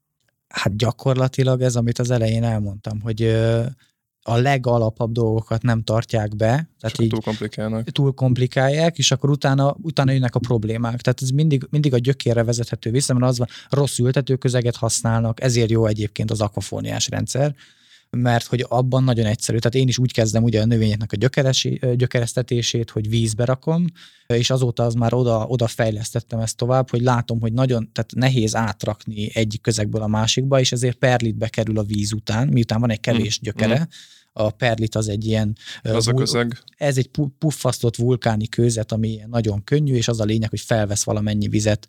Hát gyakorlatilag ez, amit az elején elmondtam, hogy uh, a legalapabb dolgokat nem tartják be. Tehát így túl komplikálnak. Túl komplikálják, és akkor utána, utána jönnek a problémák. Tehát ez mindig, mindig a gyökérre vezethető vissza, mert az van, rossz ültetőközeget használnak, ezért jó egyébként az akvafóniás rendszer, mert hogy abban nagyon egyszerű. Tehát én is úgy kezdem ugye a növényeknek a gyökeresi, gyökeresztetését, hogy vízbe rakom, és azóta az már oda, oda fejlesztettem ezt tovább, hogy látom, hogy nagyon tehát nehéz átrakni egyik közegből a másikba, és ezért perlitbe kerül a víz után, miután van egy kevés gyökere. Mm. A perlit az egy ilyen... Az a közeg. Ez egy puffasztott vulkáni kőzet, ami nagyon könnyű, és az a lényeg, hogy felvesz valamennyi vizet,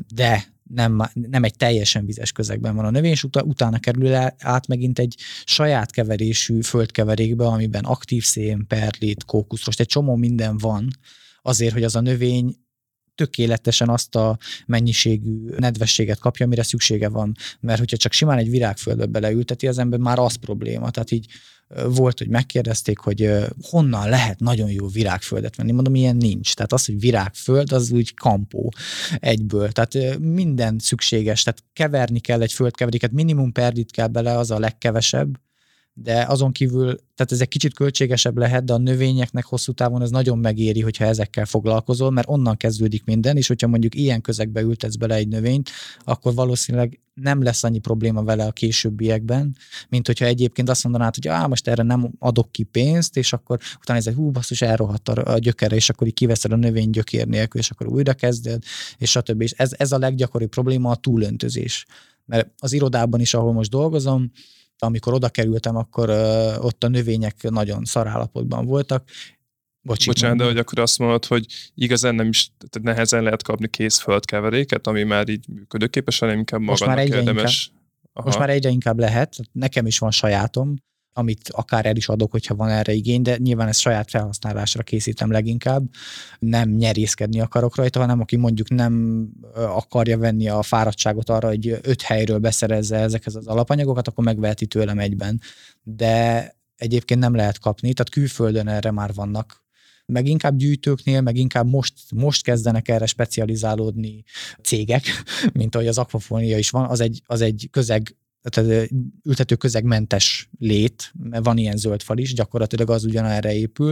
de nem, nem egy teljesen vizes közegben van a növény, és ut- utána kerül át megint egy saját keverésű földkeverékbe, amiben aktív szén, perlit, kókuszrost, egy csomó minden van, azért, hogy az a növény tökéletesen azt a mennyiségű nedvességet kapja, amire szüksége van. Mert hogyha csak simán egy virágföldbe beleülteti az ember, már az probléma. Tehát így volt, hogy megkérdezték, hogy honnan lehet nagyon jó virágföldet venni. Mondom, ilyen nincs. Tehát az, hogy virágföld, az úgy kampó egyből. Tehát minden szükséges. Tehát keverni kell egy földkeveréket, minimum perdit kell bele, az a legkevesebb, de azon kívül, tehát ez egy kicsit költségesebb lehet, de a növényeknek hosszú távon ez nagyon megéri, hogyha ezekkel foglalkozol, mert onnan kezdődik minden, és hogyha mondjuk ilyen közegbe ültetsz bele egy növényt, akkor valószínűleg nem lesz annyi probléma vele a későbbiekben, mint hogyha egyébként azt mondanád, hogy á, most erre nem adok ki pénzt, és akkor utána ez egy hú, basszus, elrohadt a gyökere, és akkor így kiveszed a növény gyökér nélkül, és akkor újra kezded, és stb. És ez, ez a leggyakoribb probléma, a túlöntözés. Mert az irodában is, ahol most dolgozom, amikor oda kerültem, akkor ö, ott a növények nagyon szarállapotban voltak. Bocsi, Bocsánat, de hogy akkor azt mondod, hogy igazán nem is, tehát nehezen lehet kapni kész földkeveréket, ami már így működőképes, hanem inkább magadnak érdemes. Inkább, most már egyre inkább lehet, nekem is van sajátom, amit akár el is adok, hogyha van erre igény, de nyilván ezt saját felhasználásra készítem leginkább. Nem nyerészkedni akarok rajta, hanem aki mondjuk nem akarja venni a fáradtságot arra, hogy öt helyről beszerezze ezekhez az alapanyagokat, akkor megveheti tőlem egyben. De egyébként nem lehet kapni, tehát külföldön erre már vannak, meg inkább gyűjtőknél, meg inkább most, most kezdenek erre specializálódni cégek, mint ahogy az akvafónia is van, az egy, az egy közeg, tehát ültető közegmentes lét, mert van ilyen zöld fal is, gyakorlatilag az ugyanerre épül,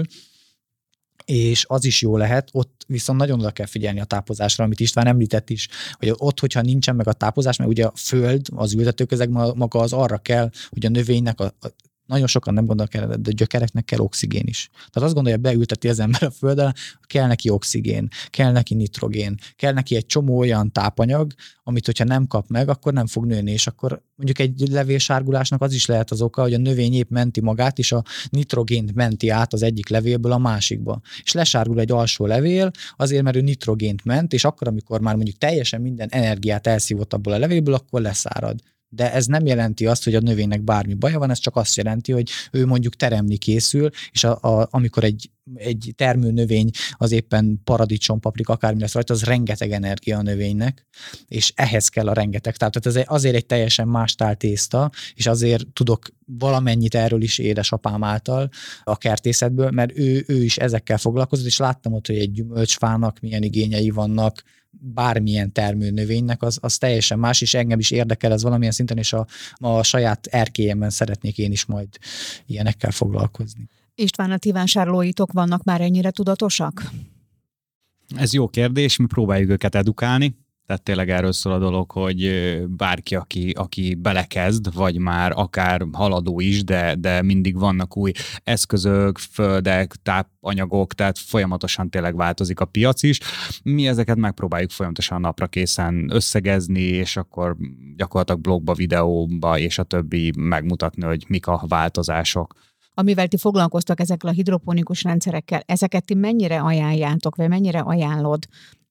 és az is jó lehet, ott viszont nagyon oda kell figyelni a tápozásra, amit István említett is, hogy ott, hogyha nincsen meg a tápozás, mert ugye a föld, az ültetőközeg maga az arra kell, hogy a növénynek a, a nagyon sokan nem gondolnak erre, de a gyökereknek kell oxigén is. Tehát azt gondolja, beülteti az ember a földre, kell neki oxigén, kell neki nitrogén, kell neki egy csomó olyan tápanyag, amit hogyha nem kap meg, akkor nem fog nőni, és akkor mondjuk egy levélsárgulásnak az is lehet az oka, hogy a növény épp menti magát, és a nitrogént menti át az egyik levélből a másikba. És lesárgul egy alsó levél, azért, mert ő nitrogént ment, és akkor, amikor már mondjuk teljesen minden energiát elszívott abból a levélből, akkor leszárad. De ez nem jelenti azt, hogy a növénynek bármi baja van, ez csak azt jelenti, hogy ő mondjuk teremni készül, és a, a, amikor egy, egy termő növény az éppen paradicsom, paprika, akármi lesz rajta, az rengeteg energia a növénynek, és ehhez kell a rengeteg tál. Tehát ez azért egy teljesen más tál tészta, és azért tudok valamennyit erről is édesapám által a kertészetből, mert ő, ő is ezekkel foglalkozott, és láttam ott, hogy egy gyümölcsfának milyen igényei vannak, bármilyen termőnövénynek, az, az teljesen más, és engem is érdekel ez valamilyen szinten, és a, a saját erkélyemben szeretnék én is majd ilyenekkel foglalkozni. István, a ti vásárlóitok vannak már ennyire tudatosak? Ez jó kérdés, mi próbáljuk őket edukálni. Tehát tényleg erről szól a dolog, hogy bárki, aki, aki belekezd, vagy már akár haladó is, de, de mindig vannak új eszközök, földek, tápanyagok, tehát folyamatosan tényleg változik a piac is. Mi ezeket megpróbáljuk folyamatosan napra készen összegezni, és akkor gyakorlatilag blogba, videóba és a többi megmutatni, hogy mik a változások. Amivel ti foglalkoztak ezekkel a hidroponikus rendszerekkel, ezeket ti mennyire ajánljátok, vagy mennyire ajánlod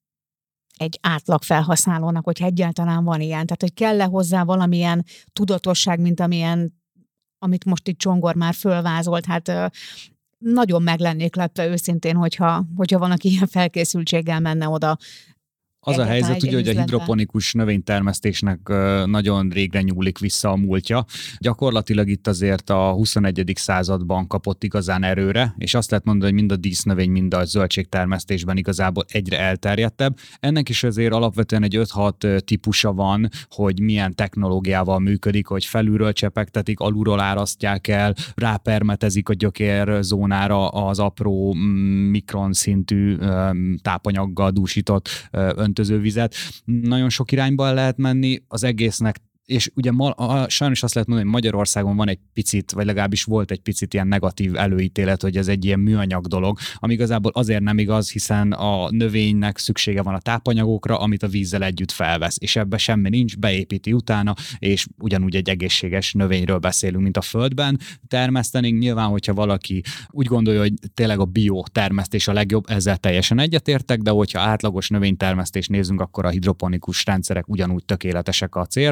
egy átlag felhasználónak, hogyha egyáltalán van ilyen? Tehát, hogy kell-e hozzá valamilyen tudatosság, mint amilyen, amit most itt Csongor már fölvázolt, hát nagyon meg lennék lepve őszintén, hogyha, hogyha van, aki ilyen felkészültséggel menne oda. Az a helyzet, ugye, hogy a hidroponikus növénytermesztésnek nagyon régre nyúlik vissza a múltja. Gyakorlatilag itt azért a huszonegyedik században kapott igazán erőre, és azt lehet mondani, hogy mind a dísznövény, mind a zöldségtermesztésben igazából egyre elterjedtebb. Ennek is azért alapvetően egy öt-hat típusa van, hogy milyen technológiával működik, hogy felülről csepegtetik, alulról árasztják el, rápermetezik a gyökérzónára az apró mikron szintű tápanyaggal dúsított öntözővizet. Nagyon sok irányba lehet menni, az egésznek, és ugye ma, a, sajnos azt lehet mondani, hogy Magyarországon van egy picit, vagy legalábbis volt egy picit ilyen negatív előítélet, hogy ez egy ilyen műanyag dolog, ami igazából azért nem igaz, hiszen a növénynek szüksége van a tápanyagokra, amit a vízzel együtt felvesz, és ebbe semmi nincs, beépíti utána, és ugyanúgy egy egészséges növényről beszélünk, mint a földben termesztenénk. Nyilván, hogyha valaki úgy gondolja, hogy tényleg a bio termesztés a legjobb, ezzel teljesen egyetértek, de hogyha átlagos növénytermesztést nézzünk, akkor a hidroponikus rendszerek ugyanúgy tökéletesek a célra.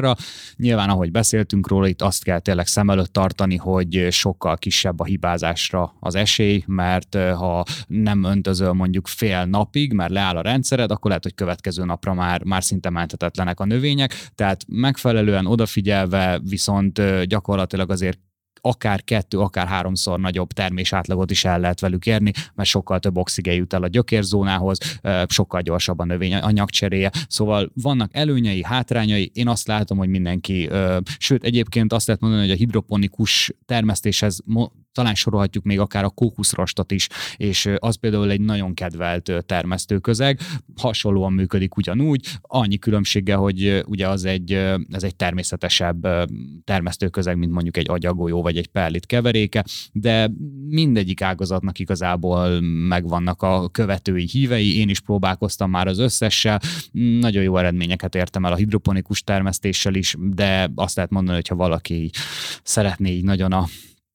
Nyilván, ahogy beszéltünk róla, itt azt kell tényleg szem előtt tartani, hogy sokkal kisebb a hibázásra az esély, mert ha nem öntözöl mondjuk fél napig, mert leáll a rendszered, akkor lehet, hogy következő napra már, már szinte menthetetlenek a növények, tehát megfelelően odafigyelve viszont gyakorlatilag azért akár kettő, akár háromszor nagyobb termés átlagot is el lehet velük érni, mert sokkal több oxigén jut el a gyökérzónához, sokkal gyorsabb a növény anyagcseréje. Szóval vannak előnyei, hátrányai, én azt látom, hogy mindenki, sőt egyébként azt lehet mondani, hogy a hidroponikus termesztéshez talán sorolhatjuk még akár a kókuszrostot is, és az például egy nagyon kedvelt termesztőközeg, hasonlóan működik ugyanúgy, annyi különbséggel, hogy ugye az egy, ez egy természetesebb termesztőközeg, mint mondjuk egy agyagolyó vagy egy perlit keveréke, de mindegyik ágazatnak igazából megvannak a követői, hívei, én is próbálkoztam már az összessel, nagyon jó eredményeket értem el a hidroponikus termesztéssel is, de azt lehet mondani, hogy ha valaki szeretné így nagyon a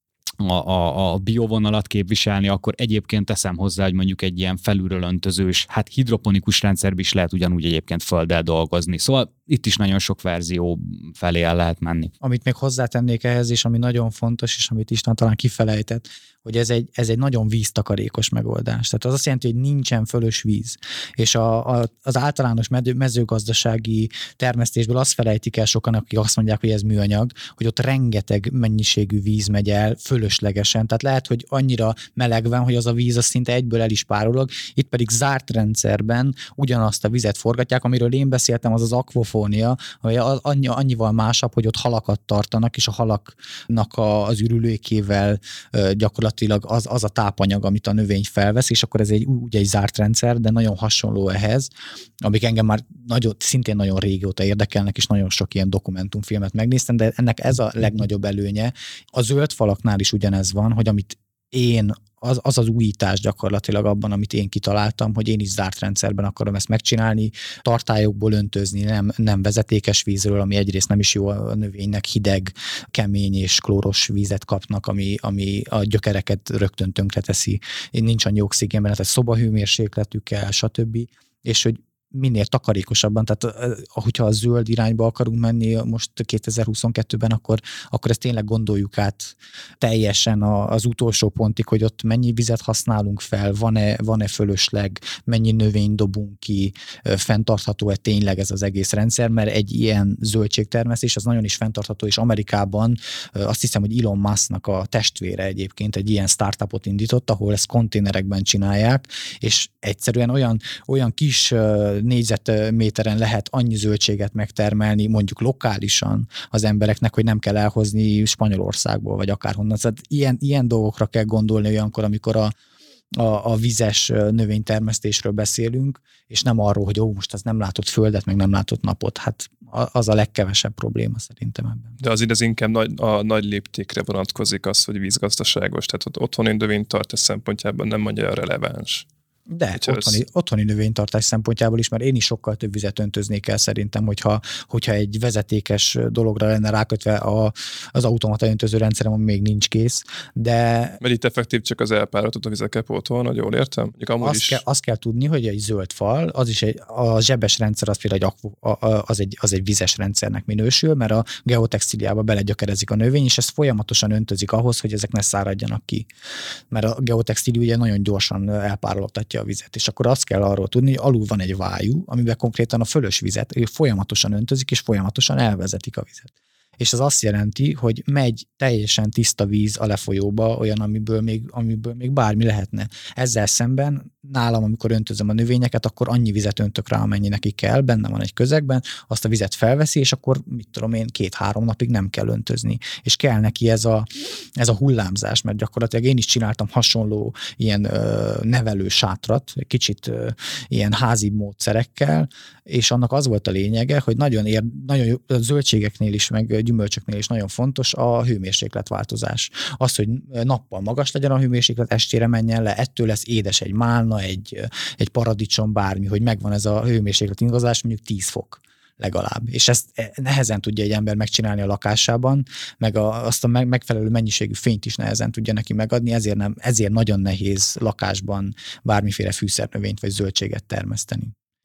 A, a, a biovonalat képviselni, akkor egyébként teszem hozzá, hogy mondjuk egy ilyen felülről öntözős, hát hidroponikus rendszerben is lehet ugyanúgy egyébként földdel dolgozni. Szóval itt is nagyon sok verzió felé el lehet menni. Amit még hozzátennék ehhez, és ami nagyon fontos, és amit István talán kifelejtett, hogy ez egy, ez egy nagyon víztakarékos megoldás. Tehát az azt jelenti, hogy nincsen fölös víz. És a, a, az általános mezőgazdasági termesztésből azt felejtik el sokan, akik azt mondják, hogy ez műanyag, hogy ott rengeteg mennyiségű víz megy el fölöslegesen. Tehát lehet, hogy annyira meleg van, hogy az a víz az szinte egyből el is párolog. Itt pedig zárt rendszerben ugyanazt a vizet forgatják, amiről én beszéltem, az az akvafónia, ami annyi, annyival másabb, hogy ott halakat tartanak, és a halaknak a, az ürülékével gyakorlatilag az, az a tápanyag, amit a növény felvesz, és akkor ez egy, ugye egy zárt rendszer, de nagyon hasonló ehhez, amik engem már nagyon, szintén nagyon régóta érdekelnek, és nagyon sok ilyen dokumentumfilmet megnéztem, de ennek ez a legnagyobb előnye. A zöld falaknál is ugyanez van, hogy amit én, az, az az újítás gyakorlatilag abban, amit én kitaláltam, hogy én is zárt rendszerben akarom ezt megcsinálni, tartályokból öntözni, nem, nem vezetékes vízről, ami egyrészt nem is jó a növénynek, hideg, kemény és klóros vízet kapnak, ami, ami a gyökereket rögtön tönkreteszi. Nincs annyi oxigén benne, tehát szobahőmérsékletükkel, stb. És hogy minél takarékosabban, tehát hogyha a zöld irányba akarunk menni most kétezer-huszonkettőben, akkor, akkor ezt tényleg gondoljuk át teljesen az utolsó pontig, hogy ott mennyi vizet használunk fel, van-e, van-e fölösleg, mennyi növényt dobunk ki, fenntartható-e tényleg ez az egész rendszer, mert egy ilyen zöldségtermesztés az nagyon is fenntartható, és Amerikában azt hiszem, hogy Elon Musknak a testvére egyébként egy ilyen startupot indított, ahol ezt konténerekben csinálják, és egyszerűen olyan, olyan kis négyzetméteren lehet annyi zöldséget megtermelni, mondjuk lokálisan az embereknek, hogy nem kell elhozni Spanyolországból, vagy akárhonnan. Tehát ilyen, ilyen dolgokra kell gondolni olyankor, amikor a, a, a vizes növénytermesztésről beszélünk, és nem arról, hogy ó, most az nem látott földet, meg nem látott napot. Hát az a legkevesebb probléma szerintem ebben. De azért ez inkább nagy, a nagy léptékre vonatkozik az, hogy vízgazdaságos, tehát ott otthoni növénytartás szempontjában nem annyira releváns. De otthoni, otthoni növénytartás szempontjából is, mert én is sokkal több vizet öntöznék el szerintem, hogyha, hogyha egy vezetékes dologra lenne rákötve a, az automata öntöző rendszerem, ami még nincs kész, de... Mert itt effektív csak az elpáratott a vizet kell pótolni, jól értem? Azt, is... kell, azt kell tudni, hogy egy zöld fal, az is egy, a zsebes rendszer az például egy, akvu, az, egy, az egy vizes rendszernek minősül, mert a geotextíliába belegyökerezik a növény, és ezt folyamatosan öntözik ahhoz, hogy ezek ne száradjanak ki. Mert a geotextília ugye nagyon gyorsan elpárologtatja a vizet, és akkor azt kell arról tudni, hogy alul van egy vájú, amiben konkrétan a fölös vizet folyamatosan öntözik, és folyamatosan elvezetik a vizet. És az azt jelenti, hogy megy teljesen tiszta víz a lefolyóba, olyan, amiből még, amiből még bármi lehetne. Ezzel szemben nálam, amikor öntözöm a növényeket, akkor annyi vizet öntök rá, amennyi neki kell, benne van egy közegben, azt a vizet felveszi, és akkor, mit tudom én, két-három napig nem kell öntözni. És kell neki ez a, ez a hullámzás, mert gyakorlatilag én is csináltam hasonló ilyen ö, nevelő sátrat, kicsit ö, ilyen házi módszerekkel, és annak az volt a lényege, hogy nagyon, ér, nagyon jó, a zöldségeknél is, meg gyümölcsöknél is nagyon fontos a hőmérsékletváltozás. Az, hogy nappal magas legyen a hőmérséklet, estére menjen le, ettől lesz édes egy málna, egy, egy paradicsom, bármi, hogy megvan ez a hőmérséklet ingazás, mondjuk tíz fok legalább. És ezt nehezen tudja egy ember megcsinálni a lakásában, meg a, azt a megfelelő mennyiségű fényt is nehezen tudja neki megadni, ezért, nem, ezért nagyon nehéz lakásban bármiféle fűszernövényt vagy zöldséget termeszteni.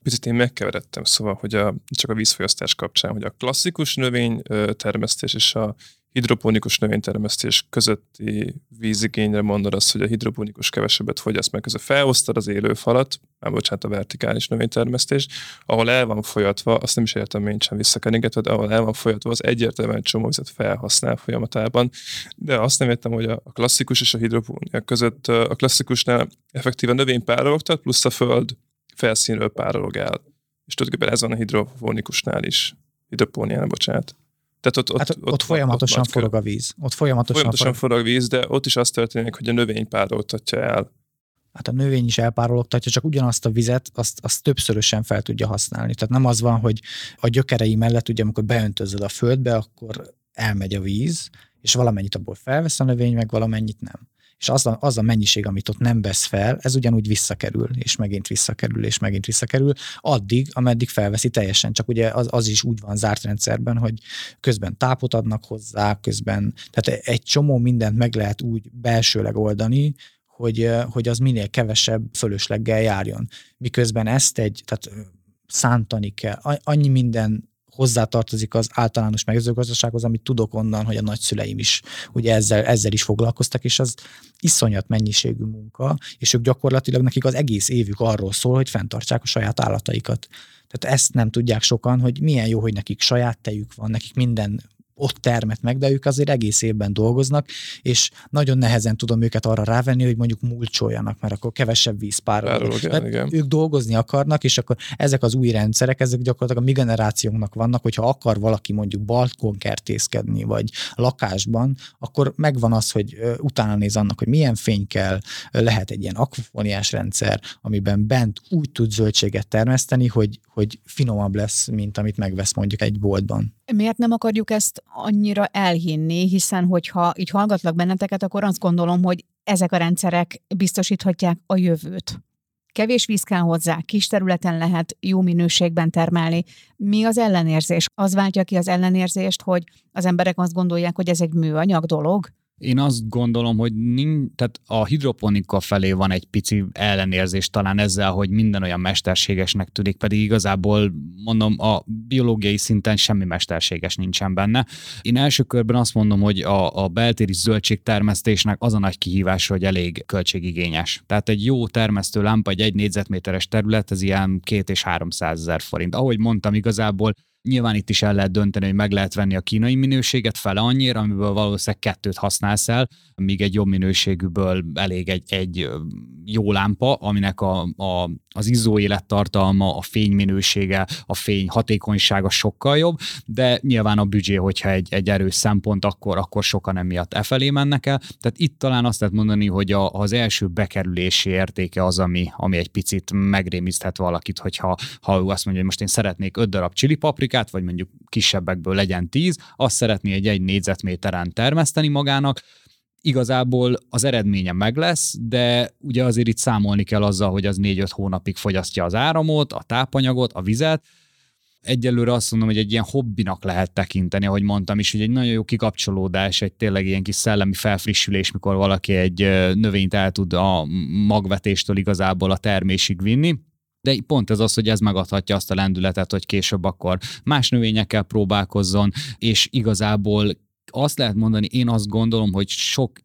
picit én megkeveredtem, szóval, hogy a, csak a vízfolyasztás kapcsán, hogy a klasszikus növénytermesztés és a hidroponikus növénytermesztés közötti vízigényre mondod azt, hogy a hidroponikus kevesebbet fogyaszt, meg közben felhoztad az élő falat, már bocsánat, a vertikális növénytermesztés, ahol el van folyatva, azt nem is értem, miért sem visszakeringheted, ahol el van folyatva, az egyértelműen csomó vizet felhasznál folyamatában, de azt nem értem, hogy a klasszikus és a hidroponia között a klasszikusnál effektíven növény párologtat, plusz a föld felszínről párolog el. És tulajdonképpen ez van a hidroponikusnál is. Hidropóniánál, bocsánat. Tehát ott, ott, hát ott, ott, ott folyamatosan ott, ott forog a víz. Ott folyamatosan, folyamatosan forog. forog víz, de ott is az történik, hogy a növény párologtatja el. Hát a növény is elpárologtatja, csak ugyanazt a vizet, azt, azt többszörösen fel tudja használni. Tehát nem az van, hogy a gyökerei mellett, ugye amikor beöntözöd a földbe, akkor elmegy a víz, és valamennyit abból felvesz a növény, meg valamennyit nem. És az a, az a mennyiség, amit ott nem vesz fel, ez ugyanúgy visszakerül, és megint visszakerül, és megint visszakerül, addig, ameddig felveszi teljesen. Csak ugye az, az is úgy van zárt rendszerben, hogy közben tápot adnak hozzá, közben, tehát egy csomó mindent meg lehet úgy belsőleg oldani, hogy, hogy az minél kevesebb fölösleggel járjon. Miközben ezt egy, tehát szántani kell, annyi minden hozzátartozik az általános mezőgazdasághoz, amit tudok onnan, hogy a nagyszüleim is ugye ezzel, ezzel is foglalkoztak, és az iszonyat mennyiségű munka, és ők gyakorlatilag nekik az egész évük arról szól, hogy fenntartsák a saját állataikat. Tehát ezt nem tudják sokan, hogy milyen jó, hogy nekik saját tejük van, nekik minden ott termet meg, de ők azért egész évben dolgoznak, és nagyon nehezen tudom őket arra rávenni, hogy mondjuk mulcsoljanak, mert akkor kevesebb víz párolog. Ők dolgozni akarnak, és akkor ezek az új rendszerek, ezek gyakorlatilag a mi generációnknak vannak, hogyha akar valaki mondjuk balkonkertészkedni, vagy lakásban, akkor megvan az, hogy utána néz annak, hogy milyen fény kell, lehet egy ilyen akvafóniás rendszer, amiben bent úgy tud zöldséget termeszteni, hogy, hogy finomabb lesz, mint amit megvesz mondjuk egy boltban. Miért nem akarjuk ezt annyira elhinni, hiszen hogyha így hallgatlak benneteket, akkor azt gondolom, hogy ezek a rendszerek biztosíthatják a jövőt. Kevés víz kell hozzá, kis területen lehet jó minőségben termelni. Mi az ellenérzés? Az váltja ki az ellenérzést, hogy az emberek azt gondolják, hogy ez egy műanyag dolog? Én azt gondolom, hogy nincs, tehát a hidroponika felé van egy pici ellenérzés talán ezzel, hogy minden olyan mesterségesnek tűnik, pedig igazából mondom, a biológiai szinten semmi mesterséges nincsen benne. Én első körben azt mondom, hogy a, a beltéri zöldségtermesztésnek az a nagy kihívás, hogy elég költségigényes. Tehát egy jó termesztő lámpa, egy egy négyzetméteres terület, ez ilyen két és háromszázezer forint. Ahogy mondtam, igazából nyilván itt is el lehet dönteni, hogy meg lehet venni a kínai minőséget fele annyira, amiből valószínűleg kettőt használsz el, míg egy jobb minőségűből elég egy, egy jó lámpa, aminek a, a, az izzó élettartalma, a fény minősége, a fény hatékonysága sokkal jobb, de nyilván a büdzsé, hogyha egy, egy erős szempont, akkor, akkor sokan emiatt e felé mennek el. Tehát itt talán azt lehet mondani, hogy a, az első bekerülési értéke az, ami, ami egy picit megrémiszthet valakit, hogyha ha ő azt mondja, hogy most én szeretnék öt darab chili paprikát, vagy mondjuk kisebbekből legyen tíz, azt szeretné egy egy négyzetméteren termeszteni magának. Igazából az eredménye meg lesz, de ugye azért itt számolni kell azzal, hogy az négy-öt hónapig fogyasztja az áramot, a tápanyagot, a vizet. Egyelőre azt mondom, hogy egy ilyen hobbinak lehet tekinteni, ahogy mondtam is, hogy egy nagyon jó kikapcsolódás, egy tényleg ilyen kis szellemi felfrissülés, mikor valaki egy növényt el tud a magvetéstől igazából a termésig vinni. De pont ez az, hogy ez megadhatja azt a lendületet, hogy később akkor más növényekkel próbálkozzon, és igazából azt lehet mondani, én azt gondolom, hogy sok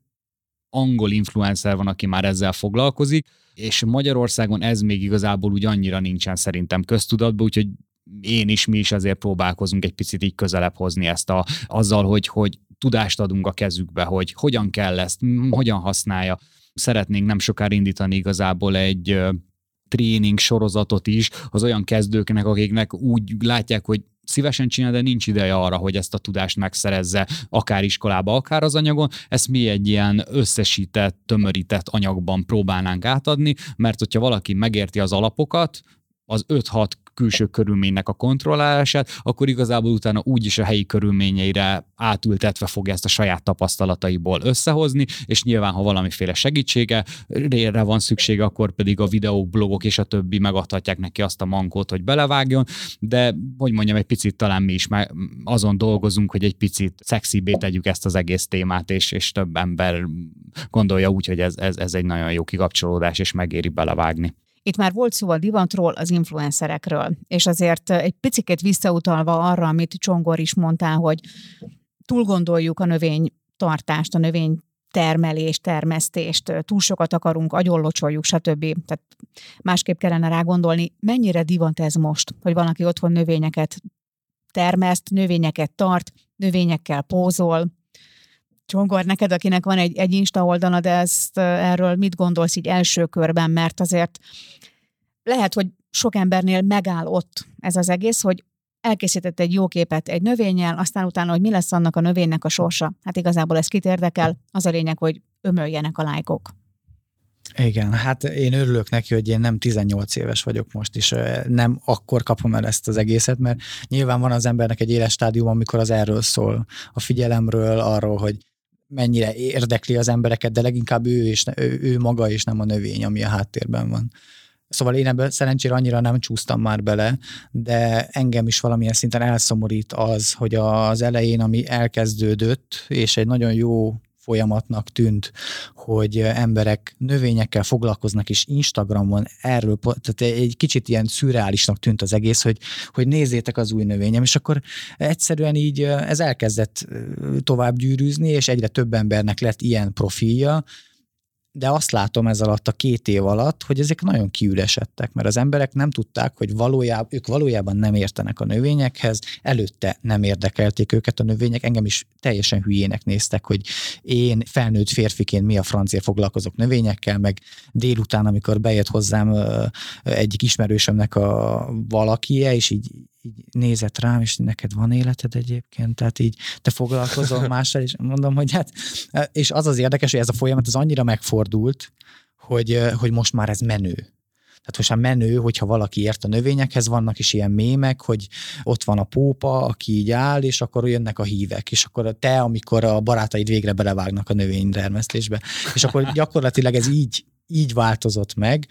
angol influencer van, aki már ezzel foglalkozik, és Magyarországon ez még igazából úgy annyira nincsen szerintem köztudatban, úgyhogy én is, mi is azért próbálkozunk egy picit így közelebb hozni ezt a, azzal, hogy, hogy tudást adunk a kezükbe, hogy hogyan kell ezt, hogyan használja. Szeretnénk nem sokára indítani igazából egy tréning sorozatot is az olyan kezdőknek, akiknek úgy látják, hogy szívesen csinál, de nincs ideje arra, hogy ezt a tudást megszerezze, akár iskolába, akár az anyagon. Ezt mi egy ilyen összesített, tömörített anyagban próbálnánk átadni, mert hogyha valaki megérti az alapokat, az öt-hat külső körülménynek a kontrollálását, akkor igazából utána úgyis a helyi körülményeire átültetve fogja ezt a saját tapasztalataiból összehozni, és nyilván, ha valamiféle segítségre van szüksége, akkor pedig a videók, blogok és a többi megadhatják neki azt a mankót, hogy belevágjon, de hogy mondjam, egy picit talán mi is már azon dolgozunk, hogy egy picit szexibbé tegyük ezt az egész témát, és, és több ember gondolja úgy, hogy ez, ez, ez egy nagyon jó kikapcsolódás, és megéri belevágni. Itt már volt szó a divatról, az influencerekről, és azért egy picikét visszautalva arra, amit Csongor is mondtál, hogy túl gondoljuk a növénytartást, a növény termelést, termesztést, túl sokat akarunk, agyonlocsoljuk, stb. Tehát másképp kellene rá gondolni, mennyire divat ez most, hogy valaki otthon növényeket termeszt, növényeket tart, növényekkel pózol. Csongor, neked, akinek van egy, egy Insta oldalad, de ezt, erről mit gondolsz így első körben, mert azért lehet, hogy sok embernél megáll ott ez az egész, hogy elkészített egy jó képet egy növényel, aztán utána, hogy mi lesz annak a növénynek a sorsa. Hát igazából ez kit érdekel, az a lényeg, hogy ömöljenek a lájkok. Igen, hát én örülök neki, hogy én nem tizennyolc éves vagyok most, és nem akkor kapom el ezt az egészet, mert nyilván van az embernek egy éles stádium, amikor az erről szól, a figyelemről, arról, hogy mennyire érdekli az embereket, de leginkább ő, és, ő, ő maga, és nem a növény, ami a háttérben van. Szóval én ebben szerencsére annyira nem csúsztam már bele, de engem is valamilyen szinten elszomorít az, hogy az elején, ami elkezdődött, és egy nagyon jó folyamatnak tűnt, hogy emberek növényekkel foglalkoznak, és Instagramon erről, tehát egy kicsit ilyen szürreálisnak tűnt az egész, hogy, hogy nézzétek az új növényem, és akkor egyszerűen így ez elkezdett tovább gyűrűzni, és egyre több embernek lett ilyen profilja, de azt látom ez alatt a két év alatt, hogy ezek nagyon kiüresedtek, mert az emberek nem tudták, hogy valójában, ők valójában nem értenek a növényekhez, előtte nem érdekelték őket a növények, engem is teljesen hülyének néztek, hogy én felnőtt férfiként mi a francia foglalkozok növényekkel, meg délután, amikor bejött hozzám egyik ismerősömnek a valakie, és így így nézett rám, és neked van életed egyébként, tehát így te foglalkozol mással, és mondom, hogy hát, és az az érdekes, hogy ez a folyamat az annyira megfordult, hogy, hogy most már ez menő. Tehát most már menő, hogyha valaki ért a növényekhez, vannak is ilyen mémek, hogy ott van a pópa, aki így áll, és akkor jönnek a hívek, és akkor te, amikor a barátaid végre belevágnak a növénytermesztésbe. És akkor gyakorlatilag ez így, így változott meg,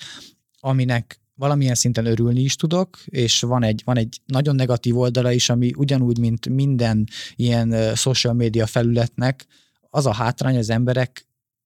aminek valamilyen szinten örülni is tudok, és van egy, van egy nagyon negatív oldala is, ami ugyanúgy, mint minden ilyen uh, social media felületnek, az a hátrány, az emberek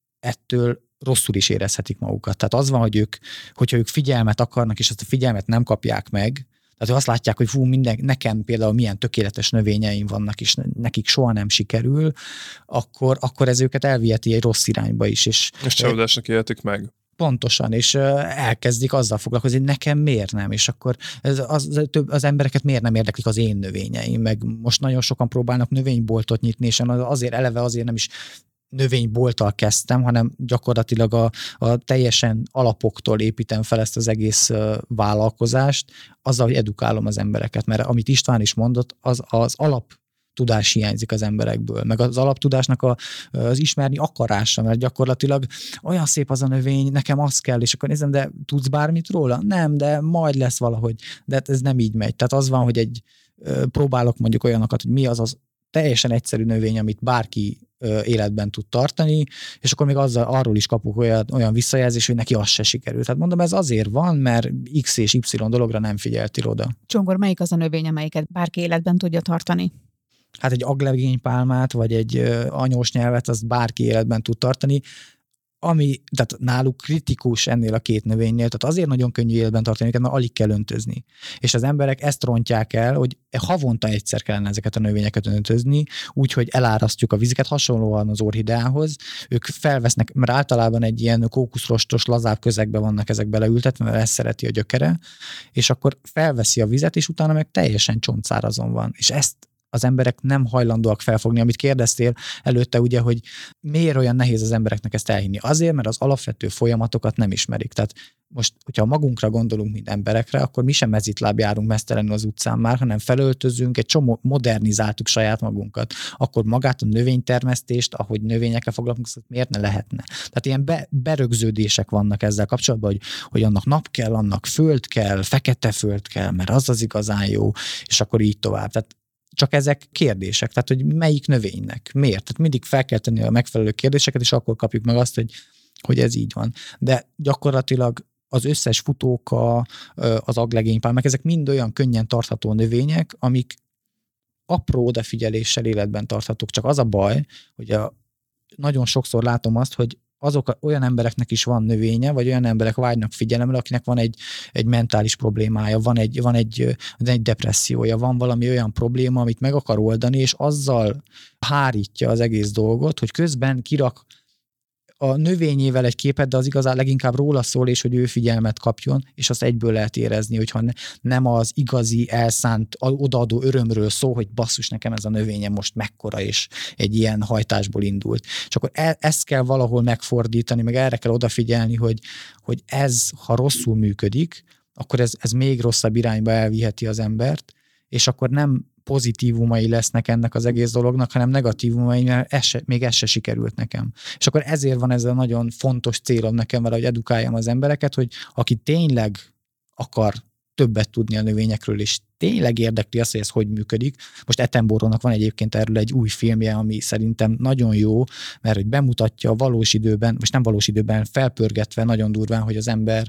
ettől rosszul is érezhetik magukat. Tehát az van, hogy ők, hogyha ők figyelmet akarnak, és ezt a figyelmet nem kapják meg, tehát azt látják, hogy fú, minden, nekem például milyen tökéletes növényeim vannak, és nekik soha nem sikerül, akkor, akkor ez őket elviheti egy rossz irányba is. És, és csalódásnak éltik meg. Pontosan, és elkezdik azzal foglalkozni, hogy nekem miért nem, és akkor az, az, az embereket miért nem érdeklik az én növényeim, meg most nagyon sokan próbálnak növényboltot nyitni, és azért eleve azért nem is növénybolttal kezdtem, hanem gyakorlatilag a, a teljesen alapoktól építem fel ezt az egész vállalkozást, azzal, hogy edukálom az embereket, mert amit István is mondott, az, az alap tudás hiányzik az emberekből, meg az alaptudásnak a, az ismerni akarása, mert gyakorlatilag olyan szép az a növény, nekem az kell, és akkor nézem, de tudsz bármit róla? Nem, de majd lesz valahogy, de ez nem így megy. Tehát az van, hogy egy próbálok mondjuk olyanokat, hogy mi az az teljesen egyszerű növény, amit bárki életben tud tartani, és akkor még azzal, arról is kapok olyan, olyan visszajelzés, hogy neki az se sikerült. Tehát mondom, ez azért van, mert X és Y dologra nem figyeltél oda. Csongor, melyik az a növény, amelyiket bárki életben tudja tartani? Hát egy aglegénypálmát, vagy egy anyós nyelvet, azt bárki életben tud tartani, ami, tehát náluk kritikus ennél a két növénynél, tehát azért nagyon könnyű életben tartani őket, mert alig kell öntözni. És az emberek ezt rontják el, hogy havonta egyszer kellene ezeket a növényeket öntözni, úgyhogy elárasztjuk a vizeket, hasonlóan az orhideához. Ők felvesznek, mert általában egy ilyen kókuszrostos, lazább közegbe vannak ezek beleültetve, mert ezt szereti a gyökere, és akkor felveszi a vizet, és utána meg teljesen csontszárazon van. És ezt az emberek nem hajlandóak felfogni, amit kérdeztél előtte, ugye, hogy miért olyan nehéz az embereknek ezt elhinni. Azért, mert az alapvető folyamatokat nem ismerik. Tehát most, hogyha magunkra gondolunk, mint emberekre, akkor mi sem mezitláb járunk mesztelenül az utcán már, hanem felöltözünk, egy csomó modernizáltuk saját magunkat. Akkor magát a növénytermesztést, ahogy növényekkel foglalkozunk, miért ne lehetne? Tehát ilyen be, berögződések vannak ezzel kapcsolatban, hogy, hogy annak nap kell, annak föld kell, fekete föld kell, mert az az igazán jó, és akkor így tovább. Tehát csak ezek kérdések, tehát hogy melyik növénynek, miért? Tehát mindig fel kell tenni a megfelelő kérdéseket, és akkor kapjuk meg azt, hogy, hogy ez így van. De gyakorlatilag az összes futóka, az aglegénypálmák, ezek mind olyan könnyen tartható növények, amik apró odafigyeléssel életben tarthatók. Csak az a baj, hogy a, nagyon sokszor látom azt, hogy azok olyan embereknek is van növénye, vagy olyan emberek vágynak figyelemre, akinek van egy, egy mentális problémája, van egy, van egy, egy depressziója, van valami olyan probléma, amit meg akar oldani, és azzal hárítja az egész dolgot, hogy közben kirak a növényével egy képet, de az igazán leginkább róla szól, és hogy ő figyelmet kapjon, és azt egyből lehet érezni, hogyha ne, nem az igazi, elszánt, odaadó örömről szól, hogy basszus, nekem ez a növényem most mekkora, és egy ilyen hajtásból indult. És akkor e, ezt kell valahol megfordítani, meg erre kell odafigyelni, hogy, hogy ez, ha rosszul működik, akkor ez, ez még rosszabb irányba elviheti az embert, és akkor nem pozitívumai lesznek ennek az egész dolognak, hanem negatívumai, mert ez se, még ez se sikerült nekem. És akkor ezért van ez a nagyon fontos célom nekem vele, hogy edukáljam az embereket, hogy aki tényleg akar többet tudni a növényekről, és tényleg érdekli azt, hogy ez hogy működik. Most Attenborough-nak van egyébként erről egy új filmje, ami szerintem nagyon jó, mert hogy bemutatja a valós időben, most nem valós időben, felpörgetve nagyon durván, hogy az ember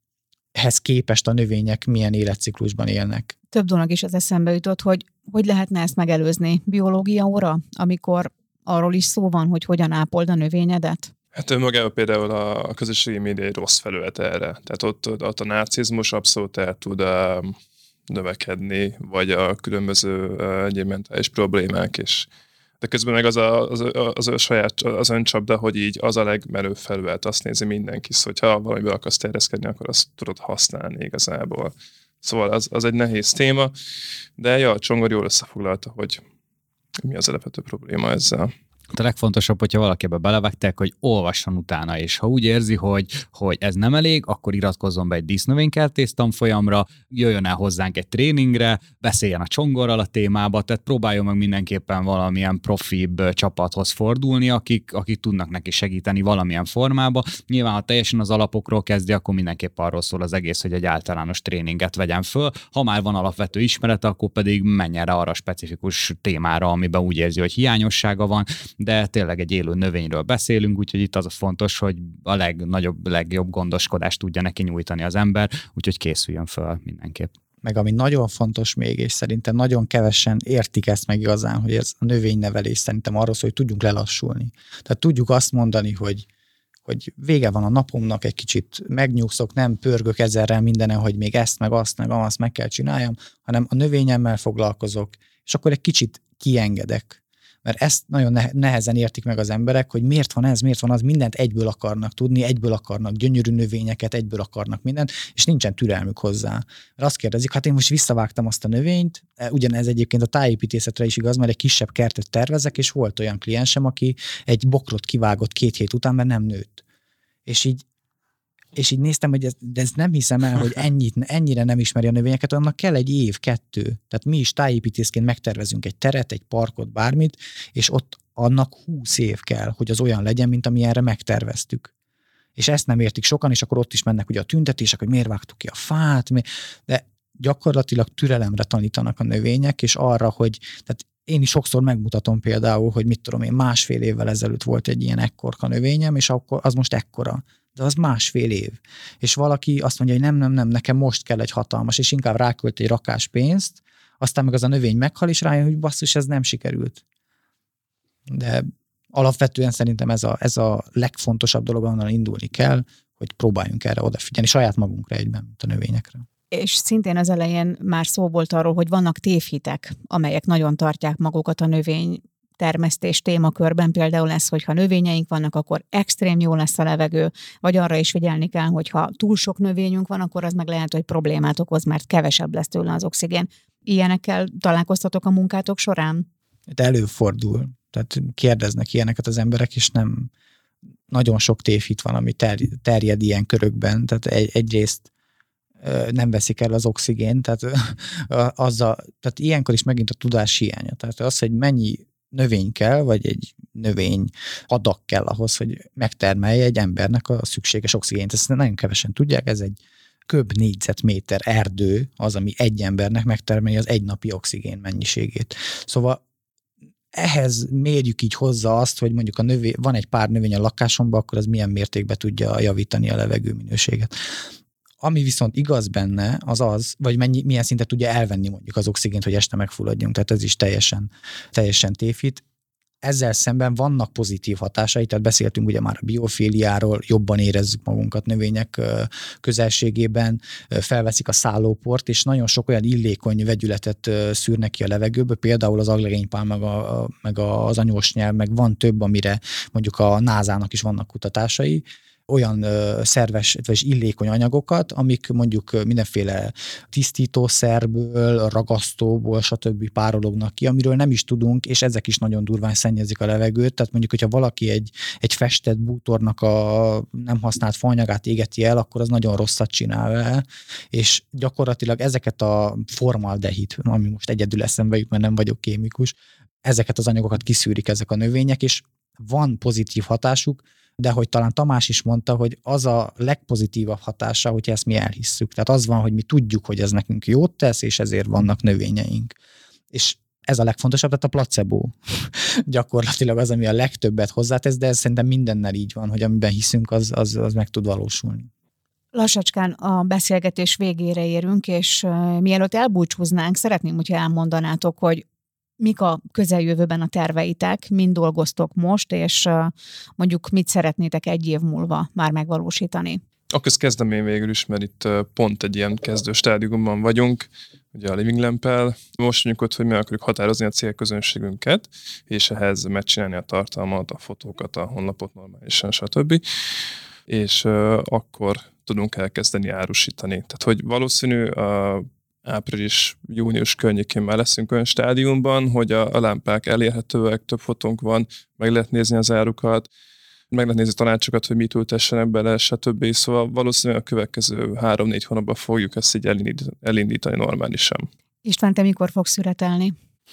ehhez képest a növények milyen életciklusban élnek. Több dolog is az eszembe jutott, hogy hogy lehetne ezt megelőzni biológia óra, amikor arról is szó van, hogy hogyan ápold a növényedet? Hát önmagában például a közösségi média egy rossz felület erre. Tehát ott, ott a narcizmus abszolút el tud uh, növekedni, vagy a különböző uh, egyéb mentális problémák is. De közben meg az a, az, az, a saját, az öncsapda, hogy így az a legmerőbb felület, azt nézi mindenki, hogyha valamiből akarsz terjeszkedni, akkor azt tudod használni igazából. Szóval az, az egy nehéz téma, de ja, a Csongor jól összefoglalta, hogy mi az alapvető probléma ezzel. A legfontosabb, hogyha valaki ebbe belevágták, hogy olvasson utána, és ha úgy érzi, hogy, hogy ez nem elég, akkor iratkozzon be egy dísznövénykertész tanfolyamra, jöjjön el hozzánk egy tréningre, beszéljen a Csongorral a témába, tehát próbáljon meg mindenképpen valamilyen profibb csapathoz fordulni, akik, akik tudnak neki segíteni valamilyen formába. Nyilván, ha teljesen az alapokról kezdi, akkor mindenképp arról szól az egész, hogy egy általános tréninget vegyen föl. Ha már van alapvető ismerete, akkor pedig menjen rá arra specifikus témára, amiben úgy érzi, hogy hiányossága van, de tényleg egy élő növényről beszélünk, úgyhogy itt az a fontos, hogy a legnagyobb, legjobb gondoskodást tudja neki nyújtani az ember, úgyhogy készüljön föl mindenképp. Meg ami nagyon fontos még, és szerintem nagyon kevesen értik ezt meg igazán, hogy ez a növénynevelés szerintem arról szól, hogy tudjunk lelassulni. Tehát tudjuk azt mondani, hogy hogy vége van a napomnak, egy kicsit megnyugszok, nem pörgök ezerrel mindenen, hogy még ezt, meg azt, meg azt meg kell csináljam, hanem a növényemmel foglalkozok, és akkor egy kicsit kiengedek. Mert ezt nagyon nehezen értik meg az emberek, hogy miért van ez, miért van az, mindent egyből akarnak tudni, egyből akarnak gyönyörű növényeket, egyből akarnak mindent, és nincsen türelmük hozzá. Mert azt kérdezik, hát én most visszavágtam azt a növényt, ugyanez egyébként a tájépítészetre is igaz, mert egy kisebb kertet tervezek, és volt olyan kliensem, aki egy bokrot kivágott két hét után, mert nem nőtt. És így És így néztem, hogy ez, de ez nem hiszem el, hogy ennyit, ennyire nem ismeri a növényeket, annak kell egy év, kettő. Tehát mi is tájépítészként megtervezünk egy teret, egy parkot, bármit, és ott annak húsz év kell, hogy az olyan legyen, mint amilyenre megterveztük. És ezt nem értik sokan, és akkor ott is mennek ugye a tüntetések, hogy miért vágtuk ki a fát, de gyakorlatilag türelemre tanítanak a növények, és arra, hogy tehát én is sokszor megmutatom például, hogy mit tudom én, másfél évvel ezelőtt volt egy ilyen ekkorka növényem, és akkor az most ekkora. De az másfél év. És valaki azt mondja, hogy nem, nem, nem, nekem most kell egy hatalmas, és inkább rákölt egy rakás pénzt, aztán meg az a növény meghal, és rájön, hogy basszus, ez nem sikerült. De alapvetően szerintem ez a, ez a legfontosabb dolog, ahonnan indulni kell, hogy próbáljunk erre odafigyelni, saját magunkra egyben, mint a növényekre. És szintén az elején már szó volt arról, hogy vannak tévhitek, amelyek nagyon tartják magukat a növény termesztés témakörben, például ez, hogyha növényeink vannak, akkor extrém jó lesz a levegő, vagy arra is figyelni kell, hogyha túl sok növényünk van, akkor az meg lehet, hogy problémát okoz, mert kevesebb lesz tőle az oxigén. Ilyenekkel találkoztatok a munkátok során? De előfordul. Tehát kérdeznek ilyeneket az emberek, és nem nagyon sok tévhit van, ami ter, terjed ilyen körökben. Tehát egy, egyrészt nem veszik el az oxigént, tehát, azzal, tehát ilyenkor is megint a tudás hiánya. Tehát az, hogy mennyi növény kell, vagy egy növény adag kell ahhoz, hogy megtermelje egy embernek a szükséges oxigént. Ezt nagyon kevesen tudják, ez egy köb négyzetméter erdő az, ami egy embernek megtermeli az egynapi oxigén mennyiségét. Szóval ehhez mérjük így hozzá azt, hogy mondjuk a növény, van egy pár növény a lakásomban, akkor az milyen mértékben tudja javítani a levegő minőséget. Ami viszont igaz benne, az az, vagy mennyi, milyen szinten tudja elvenni mondjuk az oxigént, hogy este megfulladjunk, tehát ez is teljesen, teljesen tévhit. ezzel szemben vannak pozitív hatásai, tehát beszéltünk ugye már a biofíliáról, jobban érezzük magunkat növények közelségében, felveszik a szállóport, és nagyon sok olyan illékony vegyületet szűrnek ki a levegőből, például az aglegénypál, meg, a, meg az anyósnyelv, meg van több, amire mondjuk a nászának is vannak kutatásai, olyan ö, szerves vagy illékony anyagokat, amik mondjuk mindenféle tisztítószerből, ragasztóból, stb. Párolognak ki, amiről nem is tudunk, és ezek is nagyon durván szennyezik a levegőt. Tehát mondjuk, hogyha valaki egy, egy festett bútornak a nem használt faanyagát égeti el, akkor az nagyon rosszat csinál vele, és gyakorlatilag ezeket a formaldehid, ami most egyedül eszembe jut, mert nem vagyok kémikus, ezeket az anyagokat kiszűrik ezek a növények, és van pozitív hatásuk, de hogy talán Tamás is mondta, hogy az a legpozitívabb hatása, hogyha ezt mi elhisszük. Tehát az van, hogy mi tudjuk, hogy ez nekünk jót tesz, és ezért vannak növényeink. És ez a legfontosabb, tehát a placebo gyakorlatilag az, ami a legtöbbet hozzátesz, de ez szerintem mindennel így van, hogy amiben hiszünk, az, az, az meg tud valósulni. Lassacskán a beszélgetés végére érünk, és uh, mielőtt elbúcsúznánk, szeretném, hogyha elmondanátok, hogy mik a közeljövőben a terveitek, mind dolgoztok most, és uh, mondjuk mit szeretnétek egy év múlva már megvalósítani? Akkor ezt kezdem én végül is, mert itt uh, pont egy ilyen kezdő stádiumban vagyunk, ugye a Living Lamp-el. Most mondjuk ott, hogy meg akarjuk határozni a célközönségünket, és ehhez megcsinálni a tartalmat, a fotókat, a honlapot normálisan, stb. És uh, akkor tudunk elkezdeni árusítani. Tehát, hogy valószínű a április-június környékén már leszünk olyan stádiumban, hogy a, a lámpák elérhetőek, több fotónk van, meg lehet nézni az árukat, meg lehet nézni tanácsokat, hogy mit ültessenek bele, stb. Szóval valószínűleg a következő három-négy hónapban fogjuk ezt így elindítani, elindítani normálisan. István, te mikor fogsz szüretelni?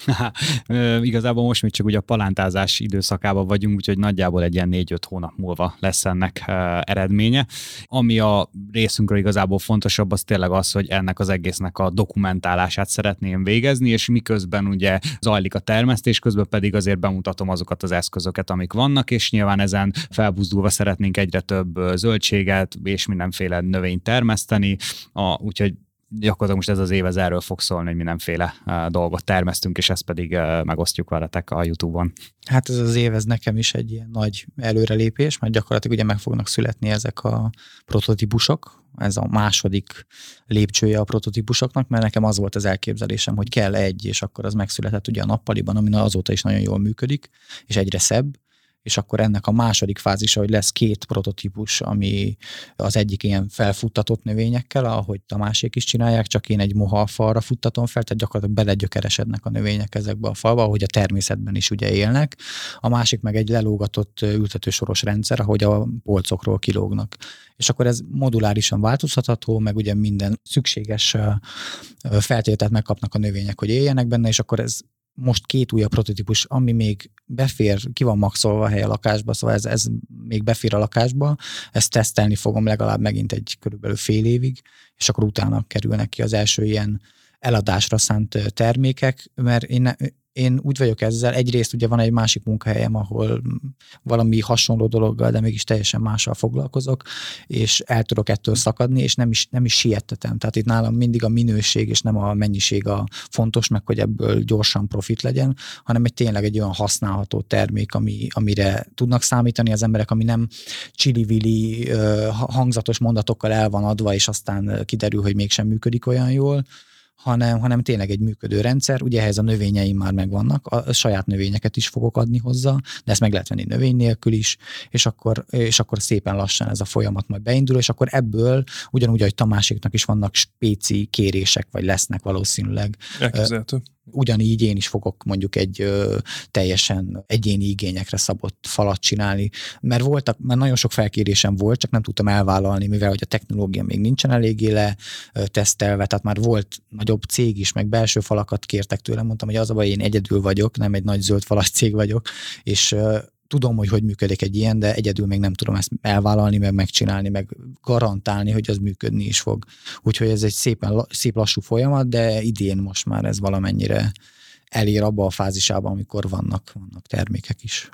Igazából most még csak ugye a palántázás időszakában vagyunk, úgyhogy nagyjából egy ilyen négy-öt hónap múlva lesz ennek eredménye. Ami a részünkről igazából fontosabb, az tényleg az, hogy ennek az egésznek a dokumentálását szeretném végezni, és miközben ugye zajlik a termesztés, közben pedig azért bemutatom azokat az eszközöket, amik vannak, és nyilván ezen felbuzdulva szeretnénk egyre több zöldséget és mindenféle növényt termeszteni, a, úgyhogy gyakorlatilag most ez az év ez erről fog szólni, hogy mindenféle uh, dolgot termesztünk, és ezt pedig uh, megosztjuk veletek a YouTube-on. Hát ez az év, ez nekem is egy ilyen nagy előrelépés, mert gyakorlatilag ugye meg fognak születni ezek a prototípusok, ez a második lépcsője a prototípusoknak, mert nekem az volt az elképzelésem, hogy kell egy, és akkor az megszületett ugye a nappaliban, ami azóta is nagyon jól működik, és egyre szebb, és akkor ennek a második fázisa, hogy lesz két prototípus, ami az egyik ilyen felfuttatott növényekkel, ahogy Tamásék is csinálják, csak én egy moha falra futtatom fel, tehát gyakorlatilag belegyökeresednek a növények ezekbe a falba, ahogy a természetben is ugye élnek. A másik meg egy lelógatott ültetősoros rendszer, ahogy a polcokról kilógnak. És akkor ez modulárisan változtatható, meg ugye minden szükséges feltételt megkapnak a növények, hogy éljenek benne, és akkor ez most két újabb prototípus, ami még befér, ki van maxolva a hely a lakásba, szóval ez, ez még befér a lakásba, ezt tesztelni fogom legalább megint egy körülbelül fél évig, és akkor utána kerülnek ki az első ilyen eladásra szánt termékek, mert én, én úgy vagyok ezzel, egyrészt ugye van egy másik munkahelyem, ahol valami hasonló dologgal, de mégis teljesen mással foglalkozok, és el tudok ettől szakadni, és nem is, nem is siettetem. Tehát itt nálam mindig a minőség, és nem a mennyiség a fontos, meg hogy ebből gyorsan profit legyen, hanem egy tényleg egy olyan használható termék, ami, amire tudnak számítani az emberek, ami nem csili-vili hangzatos mondatokkal el van adva, és aztán kiderül, hogy mégsem működik olyan jól, hanem, hanem tényleg egy működő rendszer. Ugye ehhez a növényeim már megvannak, a saját növényeket is fogok adni hozzá, de ezt meg lehet venni növény nélkül is, és akkor, és akkor szépen lassan ez a folyamat majd beindul, és akkor ebből ugyanúgy, ahogy Tamáséknak is vannak spéci kérések, vagy lesznek valószínűleg. Elképzelhető. Ugyanígy én is fogok mondjuk egy ö, teljesen egyéni igényekre szabott falat csinálni, mert voltak, mert nagyon sok felkérésem volt, csak nem tudtam elvállalni, mivel hogy a technológia még nincsen eléggé le ö, tesztelve, tehát már volt nagyobb cég is, meg belső falakat kértek tőlem, mondtam, hogy az a baj, én egyedül vagyok, nem egy nagy zöld falas cég vagyok, és ö, tudom, hogy hogy működik egy ilyen, de egyedül még nem tudom ezt elvállalni, meg megcsinálni, meg garantálni, hogy az működni is fog. Úgyhogy ez egy szépen, szép lassú folyamat, de idén most már ez valamennyire elér abba a fázisában, amikor vannak, vannak termékek is.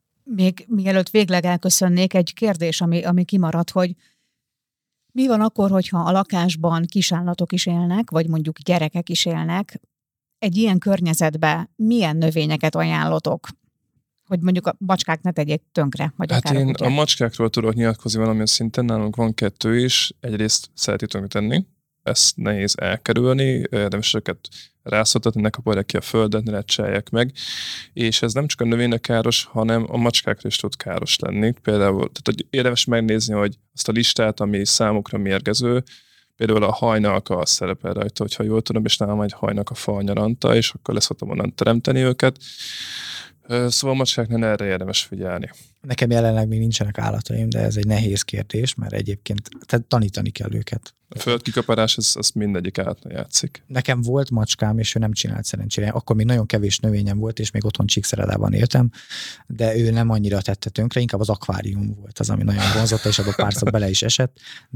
Még mielőtt végleg elköszönnék, egy kérdés, ami, ami kimaradt, hogy mi van akkor, hogyha a lakásban kisállatok is élnek, vagy mondjuk gyerekek is élnek, egy ilyen környezetben milyen növényeket ajánlotok? hogy mondjuk a macskák ne tegyék tönkre? Vagy hát akár én a, a macskákról tudok nyilatkozni valamilyen szinten, nálunk van kettő is, egyrészt szereti tönkretenni, ezt nehéz elkerülni, érdemes őket rászoltatni, ne kapolják ki a földet, ne lecselják meg, és ez nem csak a növénynek káros, hanem a macskákra is tud káros lenni. Például tehát, hogy érdemes megnézni, hogy azt a listát, ami számukra mérgező, például a hajnalka szerepel rajta, hogyha jól tudom, és nálam egy hajnalka fa nyaranta, és akkor leszoktam onnan teremteni őket. Szóval a macskáknál erre érdemes figyelni. Nekem jelenleg még nincsenek állataim, de ez egy nehéz kérdés, mert egyébként tehát tanítani kell őket. A földkikaparás, ez, ez mindegyik állatnál játszik. Nekem volt macskám, és ő nem csinált szerencsére. Akkor még nagyon kevés növényem volt, és még otthon Csíkszeredában éltem, de ő nem annyira tette tönkre, inkább az akvárium volt az, ami nagyon vonzotta, és abban párszor bele is esett.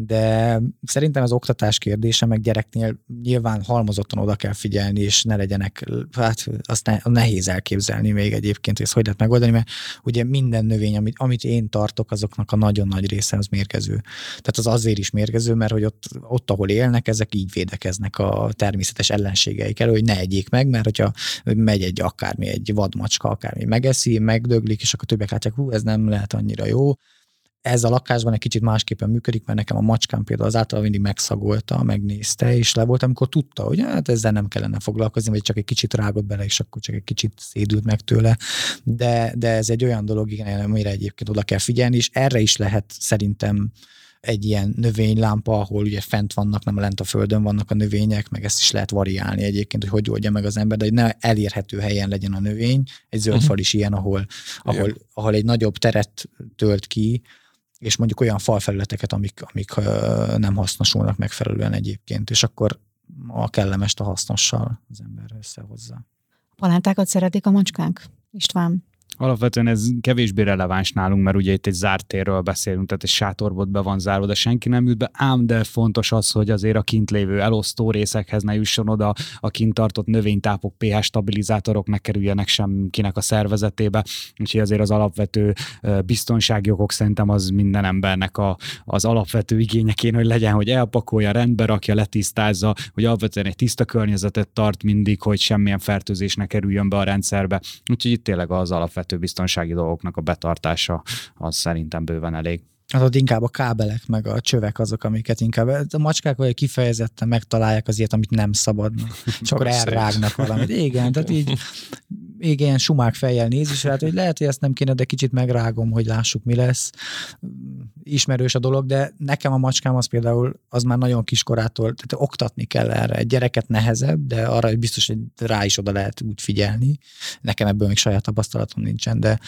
De szerintem az oktatás kérdése, meg gyereknél nyilván halmozottan oda kell figyelni, és ne legyenek, hát azt ne, nehéz elképzelni még egyébként, hogy ezt hogy lehet megoldani, mert ugye minden növény, amit, amit én tartok, azoknak a nagyon nagy része az mérgező. Tehát az azért is mérgező, mert hogy ott ott, ahol élnek, ezek így védekeznek a természetes ellenségeik elől, hogy ne egyék meg, mert hogyha megy egy akármi, egy vadmacska, akármi megeszi, megdöglik, és akkor többek látják, hú, ez nem lehet annyira jó. Ez a lakásban egy kicsit másképpen működik, mert nekem a macskám például az általában mindig megszagolta, megnézte, és le volt, amikor tudta, hogy hát ezzel nem kellene foglalkozni, vagy csak egy kicsit rágott bele, és akkor csak egy kicsit szédült meg tőle. De, de ez egy olyan dolog, igen, amire egyébként oda kell figyelni, és erre is lehet szerintem egy ilyen növénylámpa, ahol ugye fent vannak, nem lent a földön vannak a növények, meg ezt is lehet variálni egyébként, hogy hogy oldja meg az ember, de hogy ne elérhető helyen legyen a növény. Egy zöld fal is ilyen, ahol, ahol, ahol egy nagyobb teret tölt ki, és mondjuk olyan falfelületeket, amik, amik nem hasznosulnak megfelelően egyébként, és akkor a kellemest a hasznossal az ember összehozza. Palántákat szeretik a macskák, István? Alapvetően ez kevésbé releváns nálunk, mert ugye itt egy zárt térről beszélünk, tehát egy sátorbot be van zárva, de senki nem jut be, ám de fontos az, hogy azért a kint lévő elosztó részekhez ne jusson oda, a kint tartott növénytápok, pé há stabilizátorok ne kerüljenek semkinek a szervezetébe, úgyhogy azért az alapvető biztonsági okok szerintem az minden embernek a, az alapvető igénye kéne, hogy legyen, hogy elpakolja, rendbe rakja, letisztázza, hogy alapvetően egy tiszta környezetet tart mindig, hogy semmilyen fertőzés ne kerüljön be a rendszerbe, úgyhogy itt tényleg az alapvető biztonsági dolgoknak a betartása az szerintem bőven elég. Hát ott inkább a kábelek, meg a csövek azok, amiket inkább a macskák vagy kifejezetten megtalálják az ilyet, amit nem szabadna. És akkor elrágnak valamit. Igen, tehát így igen, sumák fejjel néz, és hát, hogy lehet, hogy ezt nem kéne, de kicsit megrágom, hogy lássuk, mi lesz. Ismerős a dolog, de nekem a macskám az például, az már nagyon kiskorától, tehát oktatni kell erre. Egy gyereket nehezebb, de arra biztos, hogy rá is oda lehet úgy figyelni. Nekem ebből még saját tapasztalatom nincsen, de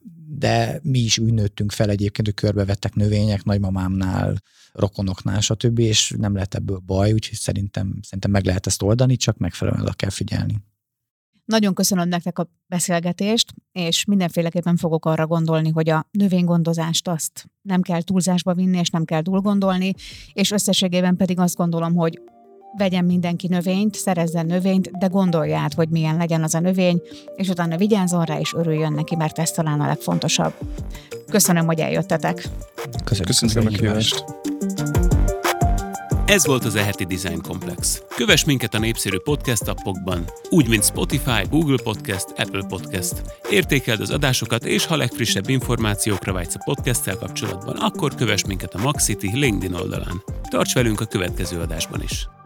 de mi is úgy nőttünk fel egyébként, hogy körbevettek növények nagymamámnál, rokonoknál, stb., és nem lett ebből baj, úgyhogy szerintem, szerintem meg lehet ezt oldani, csak megfelelően oda kell figyelni. Nagyon köszönöm nektek a beszélgetést, és mindenféleképpen fogok arra gondolni, hogy a növénygondozást azt nem kell túlzásba vinni, és nem kell túl gondolni, és összességében pedig azt gondolom, hogy vegyen mindenki növényt, szerezzen növényt, de gondolja át, hogy milyen legyen az a növény, és utána vigyázzon rá, és örüljön neki, mert ez talán a legfontosabb. Köszönöm, hogy eljöttetek. Köszönöm, Köszönöm a kívást. Ez volt az e-heti Design Komplex. Kövess minket a népszerű podcast appokban, úgy, mint Spotify, Google Podcast, Apple Podcast. Értékeld az adásokat, és ha legfrissebb információkra vágysz a podcasttel kapcsolatban, akkor kövess minket a Maxity LinkedIn oldalán. Tarts velünk a következő adásban is!